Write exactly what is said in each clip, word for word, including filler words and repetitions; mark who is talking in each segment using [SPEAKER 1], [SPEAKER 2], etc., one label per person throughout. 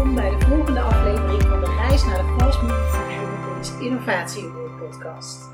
[SPEAKER 1] welkom bij de volgende aflevering van de Reis naar de Fast Moving Food Innovatie Award podcast.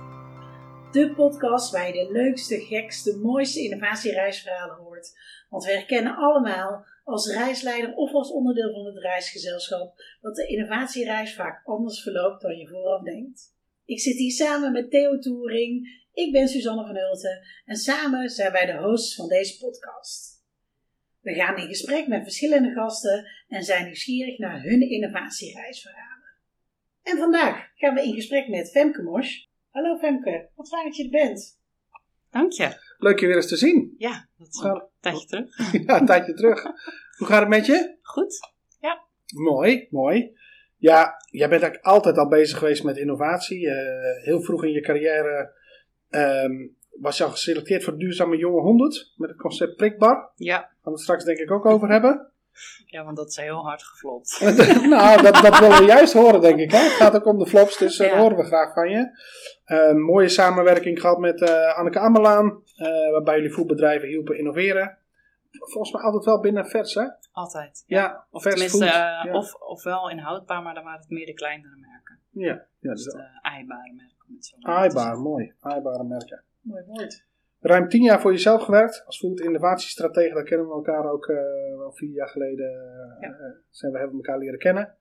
[SPEAKER 1] De podcast waar je de leukste, gekste, mooiste innovatiereisverhalen hoort. Want we herkennen allemaal als reisleider of als onderdeel van het reisgezelschap dat de innovatiereis vaak anders verloopt dan je vooraf denkt. Ik zit hier samen met Theo Toering, ik ben Suzanne van Hulten en samen zijn wij de hosts van deze podcast. We gaan in gesprek met verschillende gasten en zijn nieuwsgierig naar hun innovatiereisverhalen. En vandaag gaan we in gesprek met Femke Mosch. Hallo Femke, wat fijn dat je er bent.
[SPEAKER 2] Dank je.
[SPEAKER 3] Leuk je weer eens te zien.
[SPEAKER 2] Ja, dat is een tijdje terug.
[SPEAKER 3] Ja, een tijdje terug. Hoe gaat het met je?
[SPEAKER 2] Goed, ja.
[SPEAKER 3] Mooi, mooi. Ja, jij bent eigenlijk altijd al bezig geweest met innovatie. Uh, heel vroeg in je carrière um, was je al geselecteerd voor de Duurzame Jonge honderd met het concept Prikbar.
[SPEAKER 2] Ja.
[SPEAKER 3] Daar gaan we het straks denk ik ook over hebben.
[SPEAKER 2] Ja, want dat is heel hard geflopt.
[SPEAKER 3] Nou, dat, dat willen we juist horen denk ik. Hè? Het gaat ook om de flops, dus uh,
[SPEAKER 2] ja.
[SPEAKER 3] dat horen we graag van je. Uh, mooie samenwerking gehad met uh, Anneke Amelaan, uh, waarbij jullie voedbedrijven hielpen innoveren. Volgens mij altijd wel binnen vers, hè?
[SPEAKER 2] Altijd.
[SPEAKER 3] Ja, ja
[SPEAKER 2] of
[SPEAKER 3] vers
[SPEAKER 2] tenminste,
[SPEAKER 3] food.
[SPEAKER 2] Uh,
[SPEAKER 3] ja.
[SPEAKER 2] of, of wel inhoudbaar, maar dan waren het meer de kleinere merken.
[SPEAKER 3] Ja, ja
[SPEAKER 2] dus
[SPEAKER 3] dus
[SPEAKER 2] de aaibare merken. Met zo'n
[SPEAKER 3] aaibaar, mooi. Aaibare merken.
[SPEAKER 1] Mooi woord.
[SPEAKER 3] Ruim tien jaar voor jezelf gewerkt als food innovatiestratege. Daar kennen we elkaar ook uh, wel vier jaar geleden. Uh, ja. uh, zijn we hebben elkaar leren kennen.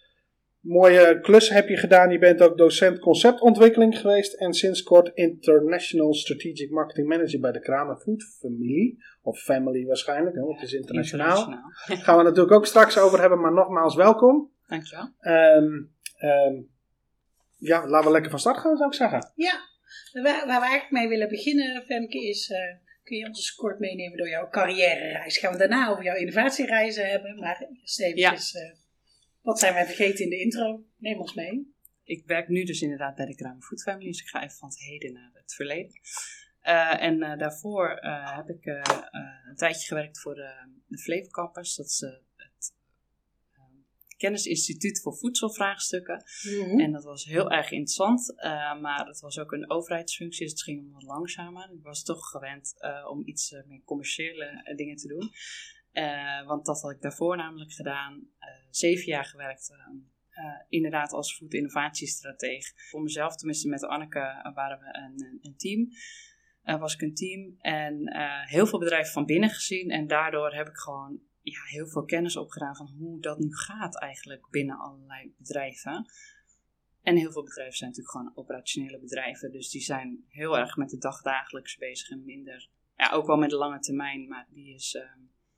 [SPEAKER 3] Mooie klus heb je gedaan. Je bent ook docent conceptontwikkeling geweest. En sinds kort International Strategic Marketing Manager bij de Kramer Food familie. Of family waarschijnlijk, hè, want het is internationaal.
[SPEAKER 2] internationaal.
[SPEAKER 3] Daar gaan we natuurlijk ook straks over hebben. Maar nogmaals welkom.
[SPEAKER 2] Dankjewel.
[SPEAKER 3] Um, um, ja, laten we lekker van start gaan, zou ik zeggen.
[SPEAKER 1] Ja, waar, waar we eigenlijk mee willen beginnen, Femke, is... Uh, kun je ons eens kort meenemen door jouw carrière-reis? Gaan we daarna over jouw innovatiereizen hebben. Maar eerst eventjes... Ja. Uh, Wat zijn wij vergeten in de intro? Neem ons mee.
[SPEAKER 2] Ik werk nu dus inderdaad bij de Kramer Food Family. Dus ik ga even van het heden naar het verleden. Uh, en uh, daarvoor uh, heb ik uh, uh, een tijdje gewerkt voor de, de Flevo Campus. Dat is uh, het uh, Kennisinstituut voor Voedselvraagstukken. Mm-hmm. En dat was heel erg interessant. Uh, maar het was ook een overheidsfunctie. Dus het ging om wat langzamer. Ik was toch gewend uh, om iets uh, meer commerciële uh, dingen te doen. Uh, want dat had ik daarvoor namelijk gedaan. Uh, zeven jaar gewerkt. Uh, uh, inderdaad als food innovatiestratege. Voor mezelf, tenminste met Anneke, uh, waren we een, een team. Uh, was ik een team. En uh, heel veel bedrijven van binnen gezien. En daardoor heb ik gewoon ja, heel veel kennis opgedaan van hoe dat nu gaat eigenlijk binnen allerlei bedrijven. En heel veel bedrijven zijn natuurlijk gewoon operationele bedrijven. Dus die zijn heel erg met de dagdagelijks bezig en minder. Ja, ook wel met de lange termijn, maar die is... Uh,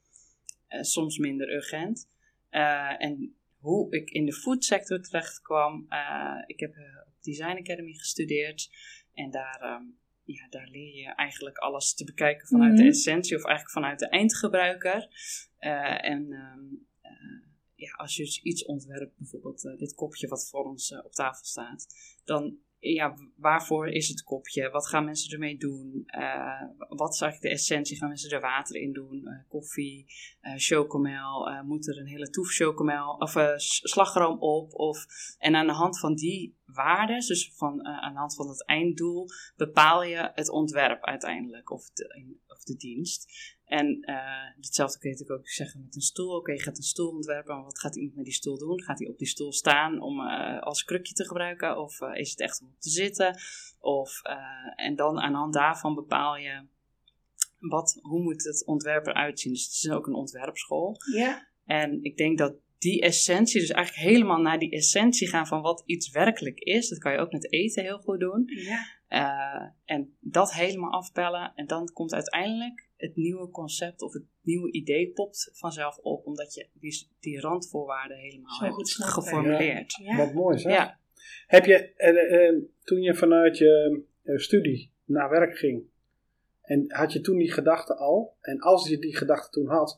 [SPEAKER 2] Uh, soms minder urgent. Uh, en hoe ik in de foodsector terecht kwam. Uh, ik heb uh, op Design Academy gestudeerd. En daar, um, ja, daar leer je eigenlijk alles te bekijken vanuit mm-hmm. de essentie. Of eigenlijk vanuit de eindgebruiker. Uh, en um, uh, ja, als je iets ontwerpt. Bijvoorbeeld uh, dit kopje wat voor ons uh, op tafel staat. Dan... Ja, waarvoor is het kopje? Wat gaan mensen ermee doen? Uh, wat is eigenlijk de essentie? Gaan mensen er water in doen? Uh, koffie, uh, chocomel? Uh, moet er een hele toef chocomel of uh, slagroom op? Of, en aan de hand van die waarden, dus van, uh, aan de hand van het einddoel, bepaal je het ontwerp uiteindelijk. Of de, of de dienst. En uh, hetzelfde kun je natuurlijk ook zeggen met een stoel. Oké, okay, je gaat een stoel ontwerpen, maar wat gaat iemand met die stoel doen? Gaat hij op die stoel staan om uh, als krukje te gebruiken? Of uh, is het echt om op te zitten? Of, uh, en dan aan de hand daarvan bepaal je, wat, hoe moet het ontwerp eruit zien? Dus het is ook een ontwerpschool.
[SPEAKER 1] Ja.
[SPEAKER 2] En ik denk dat die essentie, dus eigenlijk helemaal naar die essentie gaan van wat iets werkelijk is. Dat kan je ook met eten heel goed doen.
[SPEAKER 1] Ja.
[SPEAKER 2] Uh, en dat helemaal afpellen. En dan komt uiteindelijk het nieuwe concept of het nieuwe idee popt vanzelf op. Omdat je die, die randvoorwaarden helemaal
[SPEAKER 1] zo
[SPEAKER 2] hebt geformuleerd.
[SPEAKER 3] Ja. Ja. Wat mooi zeg.
[SPEAKER 2] Ja.
[SPEAKER 3] Heb je, uh, uh, toen je vanuit je uh, studie naar werk ging. En had je toen die gedachte al. En als je die gedachte toen had.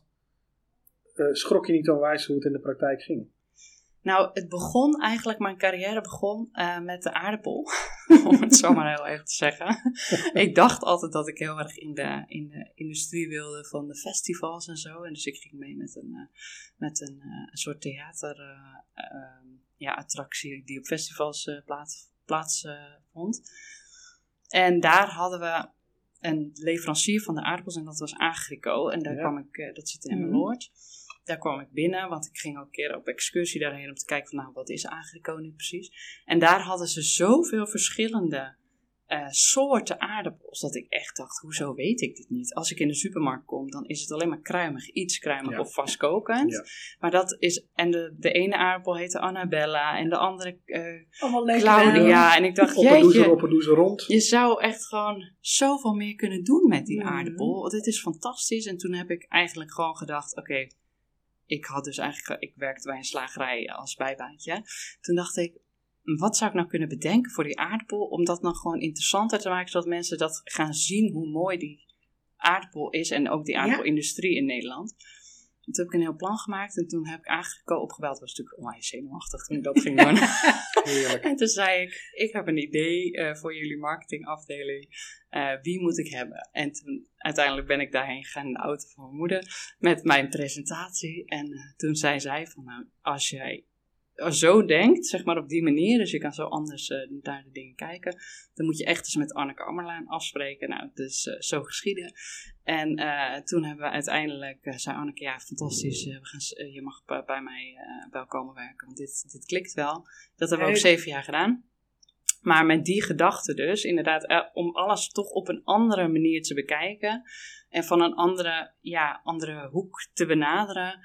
[SPEAKER 3] Uh, schrok je niet onwijs hoe het in de praktijk ging?
[SPEAKER 2] Nou, het begon eigenlijk, mijn carrière begon uh, met de aardappel, om het zo maar heel even te zeggen. Ik dacht altijd dat ik heel erg in de, in de industrie wilde van de festivals en zo. En dus ik ging mee met een, uh, met een, uh, een soort theater, uh, uh, ja, attractie die op festivals uh, plaats, plaats uh, vond. En daar hadden we een leverancier van de aardappels en dat was Agrico. En daar ja. kwam ik, uh, dat zit in Emmeloord. daar kwam ik binnen, want ik ging ook een keer op excursie daarheen om te kijken van, nou, wat is Agrico nu precies? En daar hadden ze zoveel verschillende uh, soorten aardappels, dat ik echt dacht, hoezo weet ik dit niet? Als ik in de supermarkt kom, dan is het alleen maar kruimig, iets kruimig ja. of vastkokend. Ja. Maar dat is, en de, de ene aardappel heette Annabella en de andere uh, Claudia. En ik dacht, jeetje,
[SPEAKER 3] opperdoezen rond.
[SPEAKER 2] Je zou echt gewoon zoveel meer kunnen doen met die mm. aardappel. Want dit is fantastisch. En toen heb ik eigenlijk gewoon gedacht, oké, okay, ik had dus eigenlijk, ik werkte bij een slagerij als bijbaantje. Toen dacht ik, wat zou ik nou kunnen bedenken voor die aardappel, om dat nou gewoon interessanter te maken, zodat mensen dat gaan zien hoe mooi die aardappel is en ook die aardappelindustrie ja. in Nederland. En toen heb ik een heel plan gemaakt en toen heb ik Agrico opgebeld. Dat was natuurlijk onwijs zenuwachtig toen ik dat ging doen. En toen zei ik, ik heb een idee uh, voor jullie marketingafdeling. Uh, wie moet ik hebben? En toen uiteindelijk ben ik daarheen gegaan in de auto van mijn moeder met mijn presentatie. En uh, toen zei zij van, nou, als jij zo denkt, zeg maar op die manier, dus je kan zo anders uh, naar de dingen kijken, dan moet je echt eens met Anneke Ammerlaan afspreken. Nou, dus uh, zo geschieden. En uh, toen hebben we uiteindelijk, uh, zei Anneke, ja, fantastisch, uh, we gaan, uh, je mag b- bij mij uh, wel komen werken, want dit, dit klikt wel. Dat hebben we ook zeven jaar gedaan. Maar met die gedachte dus, inderdaad, uh, om alles toch op een andere manier te bekijken en van een andere, ja, andere hoek te benaderen,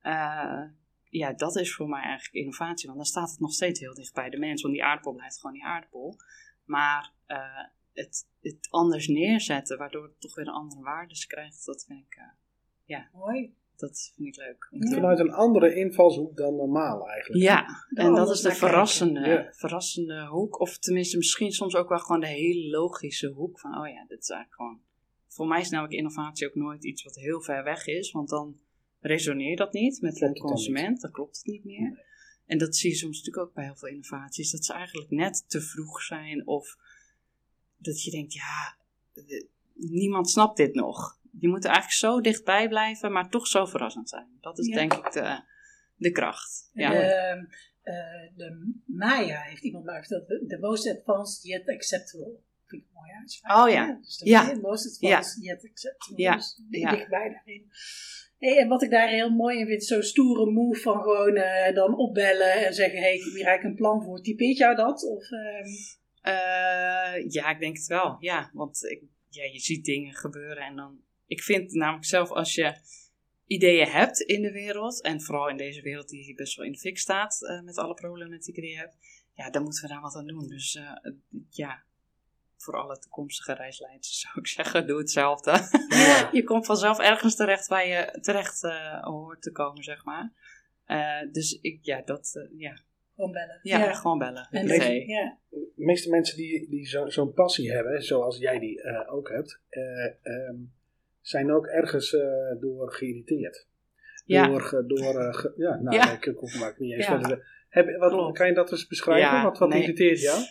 [SPEAKER 2] uh, ja, dat is voor mij eigenlijk innovatie. Want dan staat het nog steeds heel dicht bij de mens. Want die aardappel blijft gewoon die aardappel. Maar uh, het, het anders neerzetten, waardoor het toch weer een andere waarde krijgt, dat vind ik, uh, ja,
[SPEAKER 1] mooi.
[SPEAKER 2] Dat vind ik leuk.
[SPEAKER 3] Ja. Vanuit een andere invalshoek dan normaal eigenlijk.
[SPEAKER 2] Ja, en oh, dat is de verrassende, ja. verrassende hoek. Of tenminste misschien soms ook wel gewoon de hele logische hoek. Van, oh ja, dit is eigenlijk gewoon... Voor mij is namelijk innovatie ook nooit iets wat heel ver weg is. Want dan resoneert dat niet met de consument, dan klopt het niet meer. Nee. En dat zie je soms natuurlijk ook bij heel veel innovaties, dat ze eigenlijk net te vroeg zijn of dat je denkt, ja, niemand snapt dit nog. Je moet er eigenlijk zo dichtbij blijven, maar toch zo verrassend zijn. Dat is ja. denk ik de, de kracht. Ja.
[SPEAKER 1] Uh, uh, de Maya heeft iemand maar verteld, the most advanced yet acceptable. Vind ik mooi uitspraak.
[SPEAKER 2] Oh ja.
[SPEAKER 1] Dus de
[SPEAKER 2] ja.
[SPEAKER 1] most advanced ja. yet acceptable.
[SPEAKER 2] Ja.
[SPEAKER 1] Dus
[SPEAKER 2] ja.
[SPEAKER 1] dichtbij daarin. Hey, en wat ik daar heel mooi in vind, zo'n stoere move van gewoon uh, dan opbellen en zeggen, hey, ik heb hier eigenlijk een plan voor. Typeert jou dat? Of, um...
[SPEAKER 2] uh, ja, ik denk het wel. Ja, want ik, ja, je ziet dingen gebeuren en dan... Ik vind namelijk zelf, als je ideeën hebt in de wereld, en vooral in deze wereld die best wel in de fik staat, uh, met alle problematiek die je hebt, ja, dan moeten we daar wat aan doen. Dus uh, ja... Voor alle toekomstige reisleiders zou ik zeggen, doe hetzelfde. Ja. Je komt vanzelf ergens terecht waar je terecht uh, hoort te komen, zeg maar. Uh, dus ik, ja, dat, uh, ja.
[SPEAKER 1] Gewoon bellen.
[SPEAKER 2] Ja, ja. gewoon bellen.
[SPEAKER 1] En de, meeste, ja.
[SPEAKER 3] de meeste mensen die, die zo, zo'n passie hebben, zoals jij die uh, ook hebt, uh, um, zijn ook ergens uh, door geïrriteerd.
[SPEAKER 2] Ja.
[SPEAKER 3] Door, door uh, ge, ja, nou,
[SPEAKER 2] ja.
[SPEAKER 3] ik hoef maar niet eens ja. verder. Heb, wat, kan je dat eens beschrijven?
[SPEAKER 2] Ja,
[SPEAKER 3] wat wat
[SPEAKER 2] nee.
[SPEAKER 3] irriteert jou?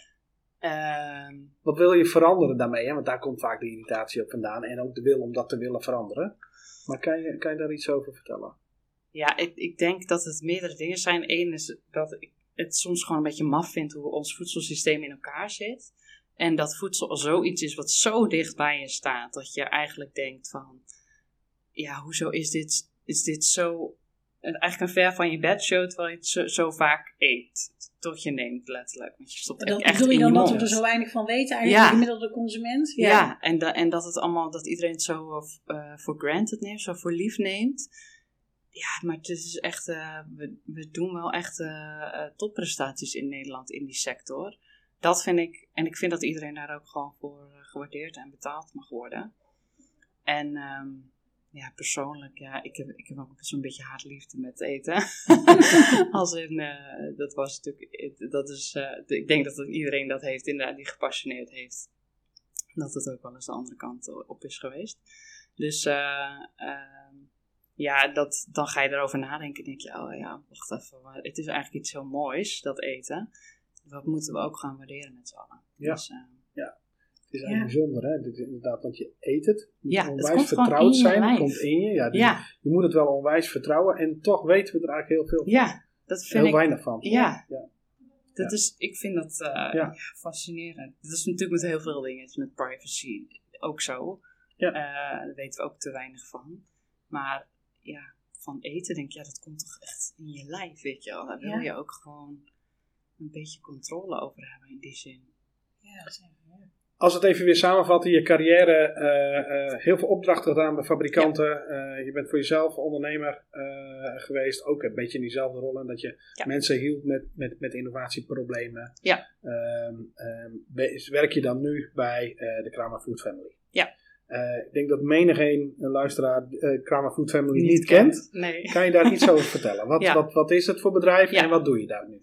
[SPEAKER 2] Uh,
[SPEAKER 3] Wat wil je veranderen daarmee? Hè? Want daar komt vaak de irritatie op vandaan. En ook de wil om dat te willen veranderen. Maar kan je, kan je daar iets over vertellen?
[SPEAKER 2] Ja, ik, ik denk dat het meerdere dingen zijn. Eén is dat ik het soms gewoon een beetje maf vind hoe ons voedselsysteem in elkaar zit. En dat voedsel zoiets is wat zo dicht bij je staat. Dat je eigenlijk denkt van... Ja, hoezo is dit, is dit zo... Eigenlijk een ver van je bed show terwijl je het zo, zo vaak eet. Tot je neemt letterlijk. Want je stopt
[SPEAKER 1] dat
[SPEAKER 2] echt
[SPEAKER 1] bedoel je
[SPEAKER 2] in
[SPEAKER 1] dan
[SPEAKER 2] je
[SPEAKER 1] dat
[SPEAKER 2] mond.
[SPEAKER 1] we er zo weinig van weten eigenlijk, ja. de gemiddelde consument?
[SPEAKER 2] Ja, ja en, da, en dat het allemaal, dat iedereen het zo uh, for granted neemt, zo voor lief neemt. Ja, maar het is echt, uh, we, we doen wel echt uh, uh, topprestaties in Nederland in die sector. Dat vind ik, en ik vind dat iedereen daar ook gewoon voor uh, gewaardeerd en betaald mag worden. En... Um, Ja, persoonlijk, ja, ik heb, ik heb ook zo'n beetje haatliefde met eten. Als in, uh, dat was natuurlijk, dat is, uh, ik denk dat het iedereen dat heeft, inderdaad, die gepassioneerd heeft. Dat het ook wel eens de andere kant op is geweest. Dus, uh, uh, ja, dat, dan ga je erover nadenken en denk je, oh ja, wacht even, maar het is eigenlijk iets heel moois, dat eten. Dat moeten we ook gaan waarderen met z'n allen.
[SPEAKER 3] Ja,
[SPEAKER 2] dus, uh,
[SPEAKER 3] ja. Het is eigenlijk ja. bijzonder, hè? Dit is inderdaad, want je eet het. Je moet
[SPEAKER 2] ja,
[SPEAKER 3] onwijs
[SPEAKER 2] het
[SPEAKER 3] vertrouwd zijn.
[SPEAKER 2] Het
[SPEAKER 3] komt in je. Ja, dus
[SPEAKER 2] ja.
[SPEAKER 3] Je moet het wel onwijs vertrouwen. En toch weten we er eigenlijk heel veel van.
[SPEAKER 2] Ja, dat vind
[SPEAKER 3] heel
[SPEAKER 2] ik...
[SPEAKER 3] weinig van.
[SPEAKER 2] Ja.
[SPEAKER 3] ja.
[SPEAKER 2] Dat
[SPEAKER 3] ja.
[SPEAKER 2] is, ik vind dat uh, ja. Ja, fascinerend. Dat is natuurlijk met heel veel dingen. Het is met privacy ook zo.
[SPEAKER 3] Ja.
[SPEAKER 2] Uh, daar weten we ook te weinig van. Maar ja, van eten, denk ik, ja, dat komt toch echt in je lijf, weet je wel. Daar wil ja. je ook gewoon een beetje controle over hebben in die zin.
[SPEAKER 1] Ja, zeker. Ja.
[SPEAKER 3] Als het even weer samenvatten, je carrière, uh, uh, heel veel opdrachten gedaan bij fabrikanten. Ja. Uh, je bent voor jezelf ondernemer uh, geweest, ook een beetje in diezelfde rol. En dat je ja. mensen hielp met, met, met innovatieproblemen.
[SPEAKER 2] Ja.
[SPEAKER 3] Um, um, werk je dan nu bij uh, de Kramer Food Family?
[SPEAKER 2] Ja.
[SPEAKER 3] Uh, ik denk dat menigeen een luisteraar uh, Kramer Food Family niet, niet kent.
[SPEAKER 2] Nee.
[SPEAKER 3] Kan je daar iets over vertellen? Wat, ja. wat, wat is het voor bedrijf ja. en wat doe je daar nu?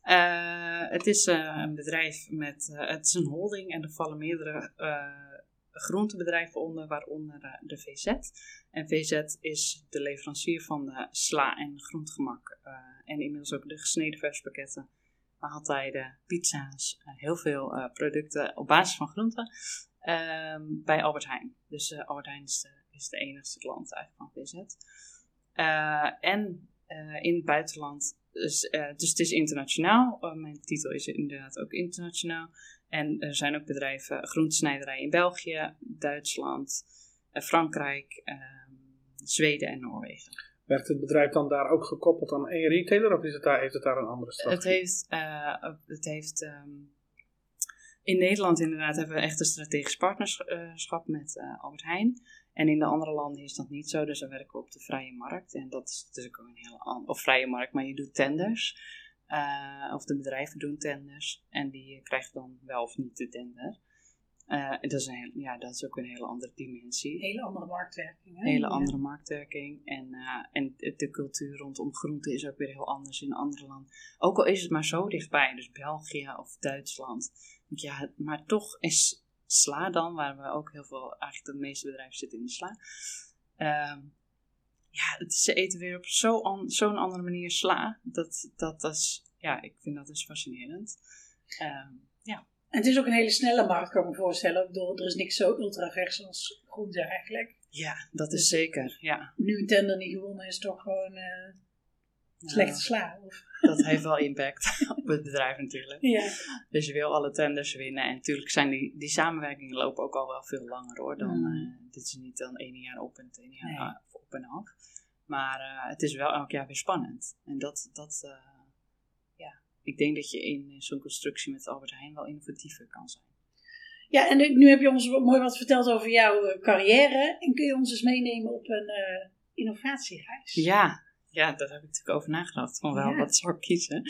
[SPEAKER 2] Uh, het is uh, een bedrijf met, uh, het is een holding en er vallen meerdere uh, groentebedrijven onder, waaronder uh, de V Z. En V Z is de leverancier van de sla en groentegemak. Uh, en inmiddels ook de gesneden verspakketten, maaltijden, pizza's, uh, heel veel uh, producten op basis van groenten. Um, bij Albert Heijn. Dus uh, Albert Heijn is de, is de enigste klant eigenlijk van V Z. Uh, en uh, in het buitenland, dus, uh, dus het is internationaal. Uh, mijn titel is inderdaad ook internationaal. En er zijn ook bedrijven, groentesnijderij in België, Duitsland, uh, Frankrijk, uh, Zweden en Noorwegen.
[SPEAKER 3] Werkt het bedrijf dan daar ook gekoppeld aan één retailer of is het daar, heeft het daar een andere strategie?
[SPEAKER 2] Het heeft... Uh, het heeft um, In Nederland inderdaad hebben we echt een strategisch partnerschap met uh, Albert Heijn. En in de andere landen is dat niet zo. Dus dan werken we op de vrije markt. En dat is natuurlijk ook een hele andere... Of vrije markt, maar je doet tenders. Uh, of de bedrijven doen tenders. En die krijgen dan wel of niet de tender. Uh, dat, is een heel, ja, dat is ook een hele andere dimensie.
[SPEAKER 1] Een hele andere marktwerking.
[SPEAKER 2] Een hele ja. andere marktwerking. En, uh, en de cultuur rondom groenten is ook weer heel anders in andere landen. Ook al is het maar zo dichtbij. Dus België of Duitsland... Ja, maar toch is sla dan, waar we ook heel veel, eigenlijk de meeste bedrijven zitten in de sla. Uh, ja, het, ze eten weer op zo an, zo'n andere manier sla. Dat, dat is, ja, ik vind dat dus fascinerend. Uh, ja.
[SPEAKER 1] En het is ook een hele snelle markt, kan ik me voorstellen. Ik bedoel, er is niks zo ultra-vers als groente eigenlijk.
[SPEAKER 2] Ja, dat
[SPEAKER 1] dus
[SPEAKER 2] is zeker, ja.
[SPEAKER 1] Nu een tender niet gewonnen is toch gewoon... Uh, Slechte sla. Of?
[SPEAKER 2] Dat heeft wel impact op het bedrijf natuurlijk.
[SPEAKER 1] Ja.
[SPEAKER 2] Dus je wil alle tenders winnen. En natuurlijk zijn die, die samenwerkingen lopen ook al wel veel langer hoor. Dan, mm. uh, dit is niet dan één jaar op en het ene jaar nee. uh, op en af. Maar uh, het is wel elk jaar weer spannend. En dat, dat uh, ja, ik denk dat je in zo'n constructie met Albert Heijn wel innovatiever kan zijn.
[SPEAKER 1] Ja, en nu heb je ons mooi wat verteld over jouw carrière. En kun je ons eens meenemen op een uh, innovatiereis?
[SPEAKER 2] Ja. Ja, daar heb ik natuurlijk over nagedacht. Van wel, ja. wat zou ik kiezen?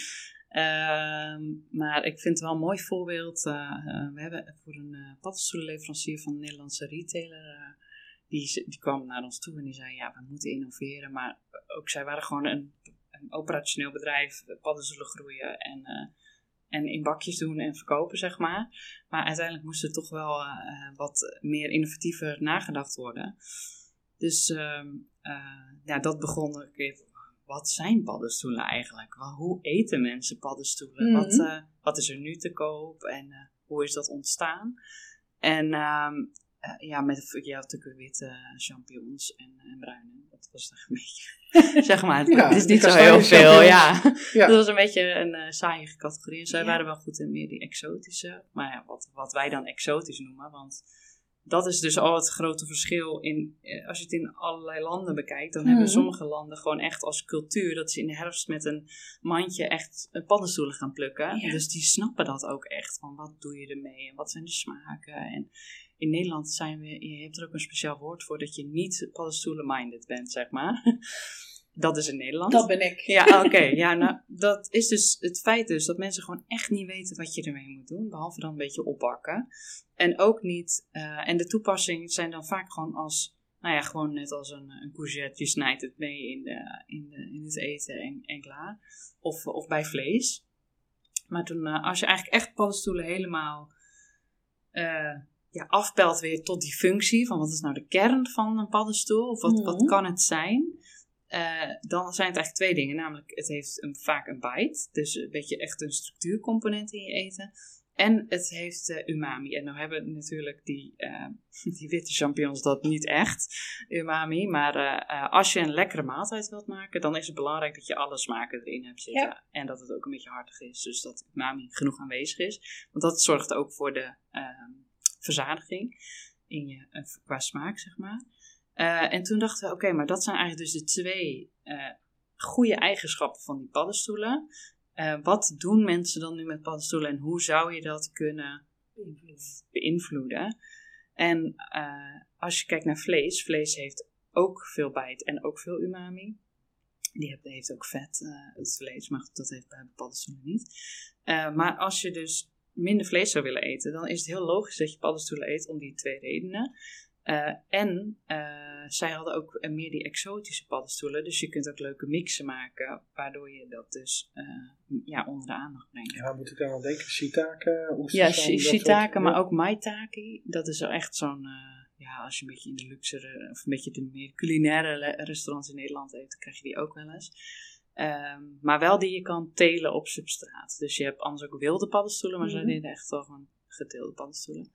[SPEAKER 2] Uh, maar ik vind het wel een mooi voorbeeld. Uh, uh, we hebben voor een uh, paddenstoelenleverancier van een Nederlandse retailer. Uh, die, die kwam naar ons toe en die zei, ja, we moeten innoveren. Maar ook zij waren gewoon een, een operationeel bedrijf. Paddenstoelen groeien en, uh, en in bakjes doen en verkopen, zeg maar. Maar uiteindelijk moest er toch wel uh, wat meer innovatiever nagedacht worden. Dus uh, uh, ja, dat begon ik even. Wat zijn paddenstoelen eigenlijk? Hoe eten mensen paddenstoelen? Mm-hmm. Wat, uh, wat is er nu te koop? En uh, hoe is dat ontstaan? En um, uh, ja, met ja, natuurlijk witte champignons en, en bruine. Dat was toch een beetje... zeg maar,
[SPEAKER 3] ja,
[SPEAKER 2] het is niet zo heel veel. Ja. ja. Dat was een beetje een uh, saaie categorie. En zij ja. waren wel goed in meer die exotische. Maar ja, wat, wat wij dan exotisch noemen. Want... Dat is dus al het grote verschil in, als je het in allerlei landen bekijkt, dan mm. hebben sommige landen gewoon echt als cultuur dat ze in de herfst met een mandje echt paddenstoelen gaan plukken. Ja. Dus die snappen dat ook echt, van wat doe je ermee en wat zijn de smaken. En in Nederland zijn we, je hebt er ook een speciaal woord voor dat je niet paddenstoelen-minded bent, zeg maar. Dat is in Nederland.
[SPEAKER 1] Dat ben ik.
[SPEAKER 2] Ja, oké. Okay. Ja, nou, dat is dus het feit dus dat mensen gewoon echt niet weten wat je ermee moet doen. Behalve dan een beetje opbakken. En ook niet... Uh, en de toepassingen zijn dan vaak gewoon als... Nou ja, gewoon net als een, een courgette. Je snijdt het mee in, de, in, de, in het eten en, en klaar. Of, of bij vlees. Maar toen, uh, als je eigenlijk echt paddenstoelen helemaal... Uh, ja, afpelt weer tot die functie. Van wat is nou de kern van een paddenstoel? Of wat, mm. wat kan het zijn? Uh, dan zijn het eigenlijk twee dingen. Namelijk, het heeft een, vaak een bite. Dus een beetje echt een structuurcomponent in je eten. En het heeft uh, umami. En nou hebben natuurlijk die, uh, die witte champignons dat niet echt. Umami. Maar uh, uh, als je een lekkere maaltijd wilt maken, dan is het belangrijk dat je alle smaken erin hebt zitten. Ja. En dat het ook een beetje hartig is. Dus dat umami genoeg aanwezig is. Want dat zorgt ook voor de uh, verzadiging in je, uh, qua smaak, zeg maar. Uh, en toen dachten we, oké, okay, maar dat zijn eigenlijk dus de twee uh, goede eigenschappen van die paddenstoelen. Uh, wat doen mensen dan nu met paddenstoelen en hoe zou je dat kunnen beïnvloeden? En uh, als je kijkt naar vlees, vlees heeft ook veel bijt en ook veel umami. Die heeft, heeft ook vet, uh, het vlees, maar dat heeft bij de paddenstoelen niet. Uh, maar als je dus minder vlees zou willen eten, dan is het heel logisch dat je paddenstoelen eet om die twee redenen. Uh, en uh, zij hadden ook uh, meer die exotische paddenstoelen, dus je kunt ook leuke mixen maken, waardoor je dat dus uh, ja, onder de aandacht brengt.
[SPEAKER 3] Ja, moet ik dan aan denken? Shiitake?
[SPEAKER 2] Ja, shiitake, maar ook maitake. Dat is echt zo'n, uh, ja, als je een beetje in de luxere, of een beetje de meer culinaire restaurants in Nederland eet, dan krijg je die ook wel eens. Um, maar wel die je kan telen op substraat. Dus je hebt anders ook wilde paddenstoelen, maar mm-hmm. ze deden echt wel gewoon geteelde paddenstoelen.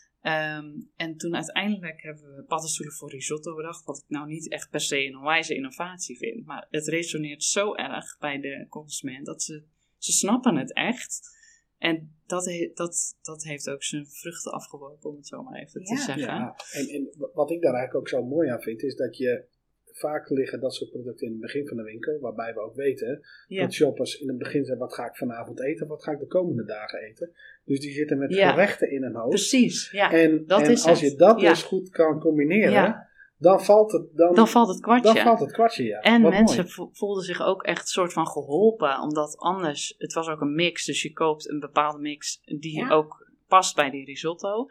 [SPEAKER 2] Um, en toen uiteindelijk hebben we paddenstoelen voor risotto bedacht, wat ik nou niet echt per se een onwijze innovatie vind. Maar het resoneert zo erg bij de consument dat ze, ze snappen het echt. En dat, he, dat, dat heeft ook zijn vruchten afgeworpen, om het zo maar even ja. te zeggen.
[SPEAKER 3] Ja, en, en wat ik daar eigenlijk ook zo mooi aan vind, is dat je vaak liggen dat soort producten in het begin van de winkel, waarbij we ook weten ja. dat shoppers in het begin zeggen, wat ga ik vanavond eten, wat ga ik de komende dagen eten. Dus die zitten met ja. gerechten in hun hoofd.
[SPEAKER 2] Precies, ja.
[SPEAKER 3] En,
[SPEAKER 2] dat
[SPEAKER 3] en
[SPEAKER 2] is
[SPEAKER 3] als
[SPEAKER 2] het.
[SPEAKER 3] je dat
[SPEAKER 2] ja.
[SPEAKER 3] dus goed kan combineren,
[SPEAKER 2] ja.
[SPEAKER 3] dan valt het dan,
[SPEAKER 2] dan valt het kwartje.
[SPEAKER 3] Dan valt het kwartje, ja.
[SPEAKER 2] En
[SPEAKER 3] wat
[SPEAKER 2] mensen
[SPEAKER 3] mooi.
[SPEAKER 2] voelden zich ook echt soort van geholpen, omdat anders, het was ook een mix, dus je koopt een bepaalde mix die ja. ook past bij die risotto.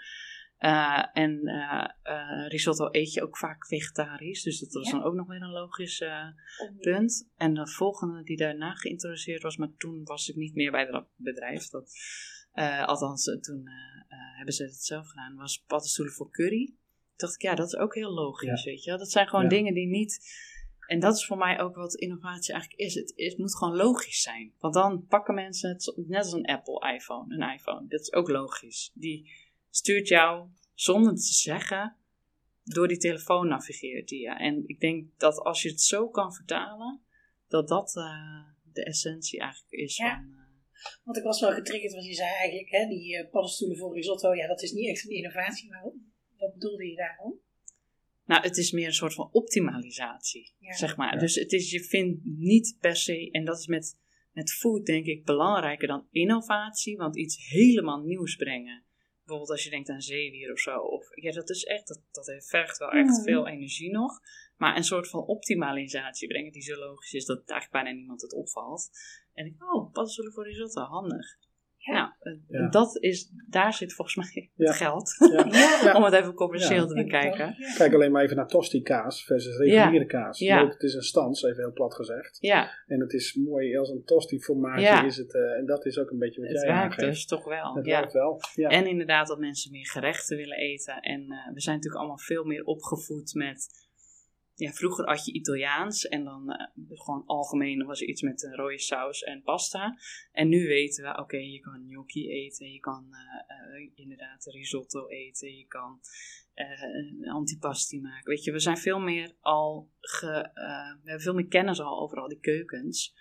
[SPEAKER 2] Uh, en uh, uh, risotto eet je ook vaak vegetarisch, dus dat was ja. dan ook nog weer een logisch uh, punt. En de volgende die daarna geïntroduceerd was, maar toen was ik niet meer bij het bedrijf. Dat, uh, althans, toen uh, uh, hebben ze het zelf gedaan, was paddenstoelen voor curry. Toen dacht ik, ja, dat is ook heel logisch, ja. weet je wel. Dat zijn gewoon ja. dingen die niet... En dat is voor mij ook wat innovatie eigenlijk is. Het, het moet gewoon logisch zijn. Want dan pakken mensen het, net als een Apple iPhone, een iPhone. Dat is ook logisch. Die stuurt jou, zonder het te zeggen, door die telefoon navigeert die. Ja. En ik denk dat als je het zo kan vertalen, dat dat uh, de essentie eigenlijk is
[SPEAKER 1] ja.
[SPEAKER 2] van... Uh,
[SPEAKER 1] Want ik was wel getriggerd, want je zei eigenlijk, hè, die uh, paddenstoelen voor risotto, ja, dat is niet echt een innovatie. Maar wat bedoelde je daarom?
[SPEAKER 2] Nou, het is meer een soort van optimalisatie, ja. zeg maar. Ja. Dus het is, je vindt niet per se, en dat is met, met food denk ik belangrijker dan innovatie, want iets helemaal nieuws brengen. Bijvoorbeeld als je denkt aan zeewier of zo. Of, ja, dat is echt, dat, dat vergt wel echt mm. veel energie nog. Maar een soort van optimalisatie brengen die zo logisch is dat eigenlijk bijna niemand het opvalt. En ik oh, paddenstoelen voor risotto, handig. Ja. Nou, ja. dat is, daar zit volgens mij ja. het geld. Ja. Ja. Om het even commercieel ja. te bekijken.
[SPEAKER 3] Ja. Kijk alleen maar even naar tosti kaas versus reguliere ja. kaas. Ja. Leuk, het is een stans, even heel plat gezegd.
[SPEAKER 2] Ja.
[SPEAKER 3] En het is mooi, als een tosti formage ja. is het. Uh, en dat is ook een beetje wat
[SPEAKER 2] het
[SPEAKER 3] jij aangeeft.
[SPEAKER 2] Het werkt dus toch wel.
[SPEAKER 3] Het
[SPEAKER 2] ja.
[SPEAKER 3] werkt wel. Ja.
[SPEAKER 2] En inderdaad dat mensen meer gerechten willen eten. En uh, we zijn natuurlijk allemaal veel meer opgevoed met... Ja, vroeger at je Italiaans en dan uh, gewoon algemeen was er iets met een rode saus en pasta. En nu weten we, oké, okay, je kan gnocchi eten, je kan uh, uh, inderdaad risotto eten, je kan uh, een antipasti maken. Weet je, we zijn veel meer al, ge, uh, we hebben veel meer kennis al over al die keukens.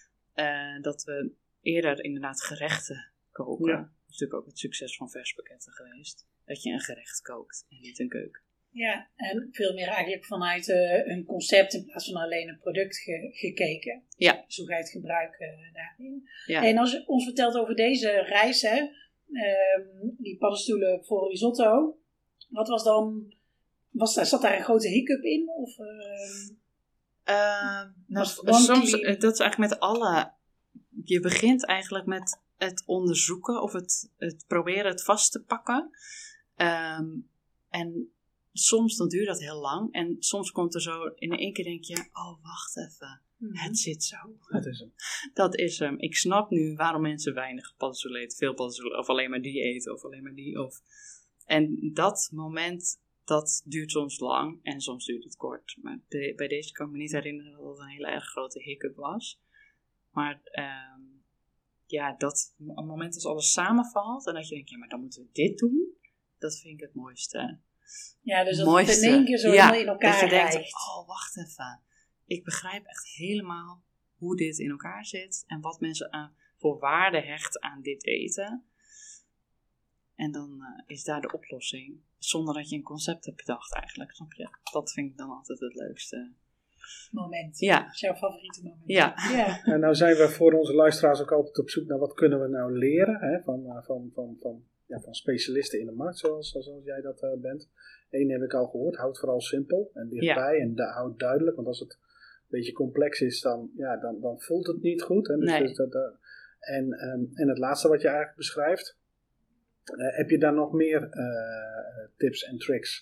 [SPEAKER 2] Uh, dat we eerder inderdaad gerechten koken. Ja. Dat is natuurlijk ook het succes van verspakketten geweest. Dat je een gerecht kookt en niet een keuken.
[SPEAKER 1] Ja, en veel meer eigenlijk vanuit uh, een concept in plaats van alleen een product ge- gekeken.
[SPEAKER 2] Ja.
[SPEAKER 1] Dus hoe ga je het gebruiken uh, daarin.
[SPEAKER 2] Ja.
[SPEAKER 1] En als je ons vertelt over deze reis, hè, uh, die paddenstoelen voor risotto. Wat was dan, was daar, zat daar een grote hiccup in? Of, uh,
[SPEAKER 2] uh, nou, soms, uh, dat is eigenlijk met alle, je begint eigenlijk met het onderzoeken of het, het proberen het vast te pakken. Um, en soms dan duurt dat heel lang. En soms komt er zo, in één keer denk je, oh wacht even, mm-hmm. het zit zo.
[SPEAKER 3] Dat is hem.
[SPEAKER 2] Dat is hem. Ik snap nu waarom mensen weinig paddenstoelen eten, veel paddenstoelen, of alleen maar die eten, of alleen maar die. Of... En dat moment, dat duurt soms lang en soms duurt het kort. Maar de, bij deze kan ik me niet herinneren dat het een hele erg grote hiccup was. Maar um, ja, dat op het moment als alles samenvalt en dat je denkt, ja maar dan moeten we dit doen, dat vind ik het mooiste.
[SPEAKER 1] Ja, dus dat het in één keer zo
[SPEAKER 2] ja,
[SPEAKER 1] in elkaar
[SPEAKER 2] dat je
[SPEAKER 1] rijgt.
[SPEAKER 2] denkt, oh wacht even, ik begrijp echt helemaal hoe dit in elkaar zit en wat mensen aan, voor waarde hechten aan dit eten. En dan uh, is daar de oplossing. zonder dat je een concept hebt bedacht eigenlijk, snap je? Dat vind ik dan altijd het leukste.
[SPEAKER 1] Moment.
[SPEAKER 2] Ja.
[SPEAKER 1] Dat is jouw favoriete moment.
[SPEAKER 2] Ja.
[SPEAKER 1] ja.
[SPEAKER 3] En nou zijn we voor onze luisteraars ook altijd op zoek naar wat kunnen we nou leren hè, van, uh, van, van, van, ja, van specialisten in de markt, zoals, zoals jij dat uh, bent. Eén heb ik al gehoord, houd vooral simpel en dichtbij ja. en du- houd duidelijk, want als het een beetje complex is, dan, ja, dan, dan voelt het niet goed. Hè? Dus,
[SPEAKER 2] nee.
[SPEAKER 3] dus dat, uh, en, um, en het laatste wat je eigenlijk beschrijft, uh, heb je daar nog meer uh, tips en tricks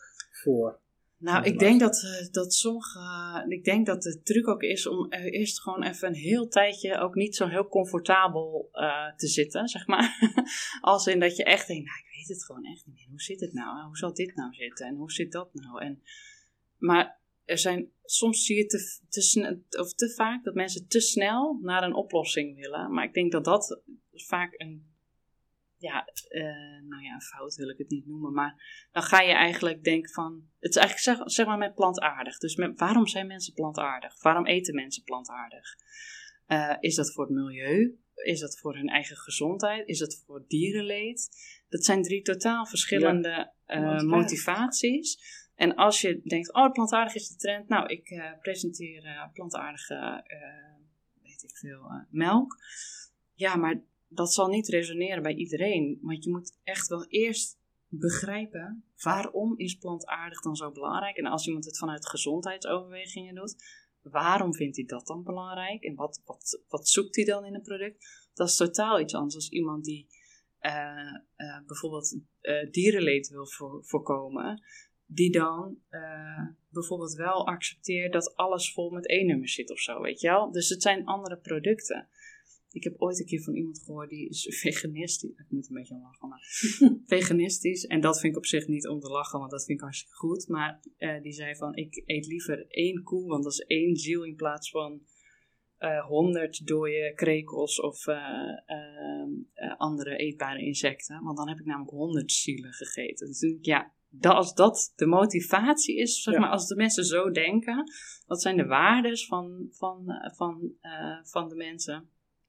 [SPEAKER 3] voor?
[SPEAKER 2] Nou, ik denk dat, uh, dat sommige, uh, ik denk dat de truc ook is om uh, eerst gewoon even een heel tijdje ook niet zo heel comfortabel uh, te zitten, zeg maar. Als in dat je echt denkt, nou, ik weet het gewoon echt niet meer. Hoe zit het nou? Hoe zal dit nou zitten? En hoe zit dat nou? En, maar er zijn, soms zie je te, te, sne- of te vaak dat mensen te snel naar een oplossing willen. Maar ik denk dat dat vaak een, ja, uh, nou ja, fout wil ik het niet noemen. Maar dan ga je eigenlijk denken van, het is eigenlijk zeg, zeg maar met plantaardig. Dus met, waarom zijn mensen plantaardig? Waarom eten mensen plantaardig? Uh, is dat voor het milieu? Is dat voor hun eigen gezondheid? Is dat voor dierenleed? Dat zijn drie totaal verschillende ja. uh, motivaties. En als je denkt, oh, plantaardig is de trend. Nou, ik uh, presenteer uh, plantaardige, uh, weet ik veel, uh, melk. Ja, maar dat zal niet resoneren bij iedereen. Want je moet echt wel eerst begrijpen, waarom is plantaardig dan zo belangrijk? En als iemand het vanuit gezondheidsoverwegingen doet, waarom vindt hij dat dan belangrijk? En wat, wat, wat zoekt hij dan in een product? Dat is totaal iets anders dan iemand die uh, uh, bijvoorbeeld uh, dierenleed wil voor, voorkomen. Die dan uh, bijvoorbeeld wel accepteert dat alles vol met E-nummers zit of zo, weet je wel? Dus het zijn andere producten. Ik heb ooit een keer van iemand gehoord die is veganistisch. Ik moet een beetje om lachen, maar veganistisch. En dat vind ik op zich niet om te lachen, want dat vind ik hartstikke goed. Maar uh, die zei van, ik eet liever één koe, want dat is één ziel in plaats van honderd uh, dode krekels of uh, uh, uh, andere eetbare insecten. Want dan heb ik namelijk honderd zielen gegeten. Dus denk ik, ja, dat, als dat de motivatie is, zeg ja. maar, als de mensen zo denken, wat zijn de waardes van, van, uh, van, uh, van de mensen?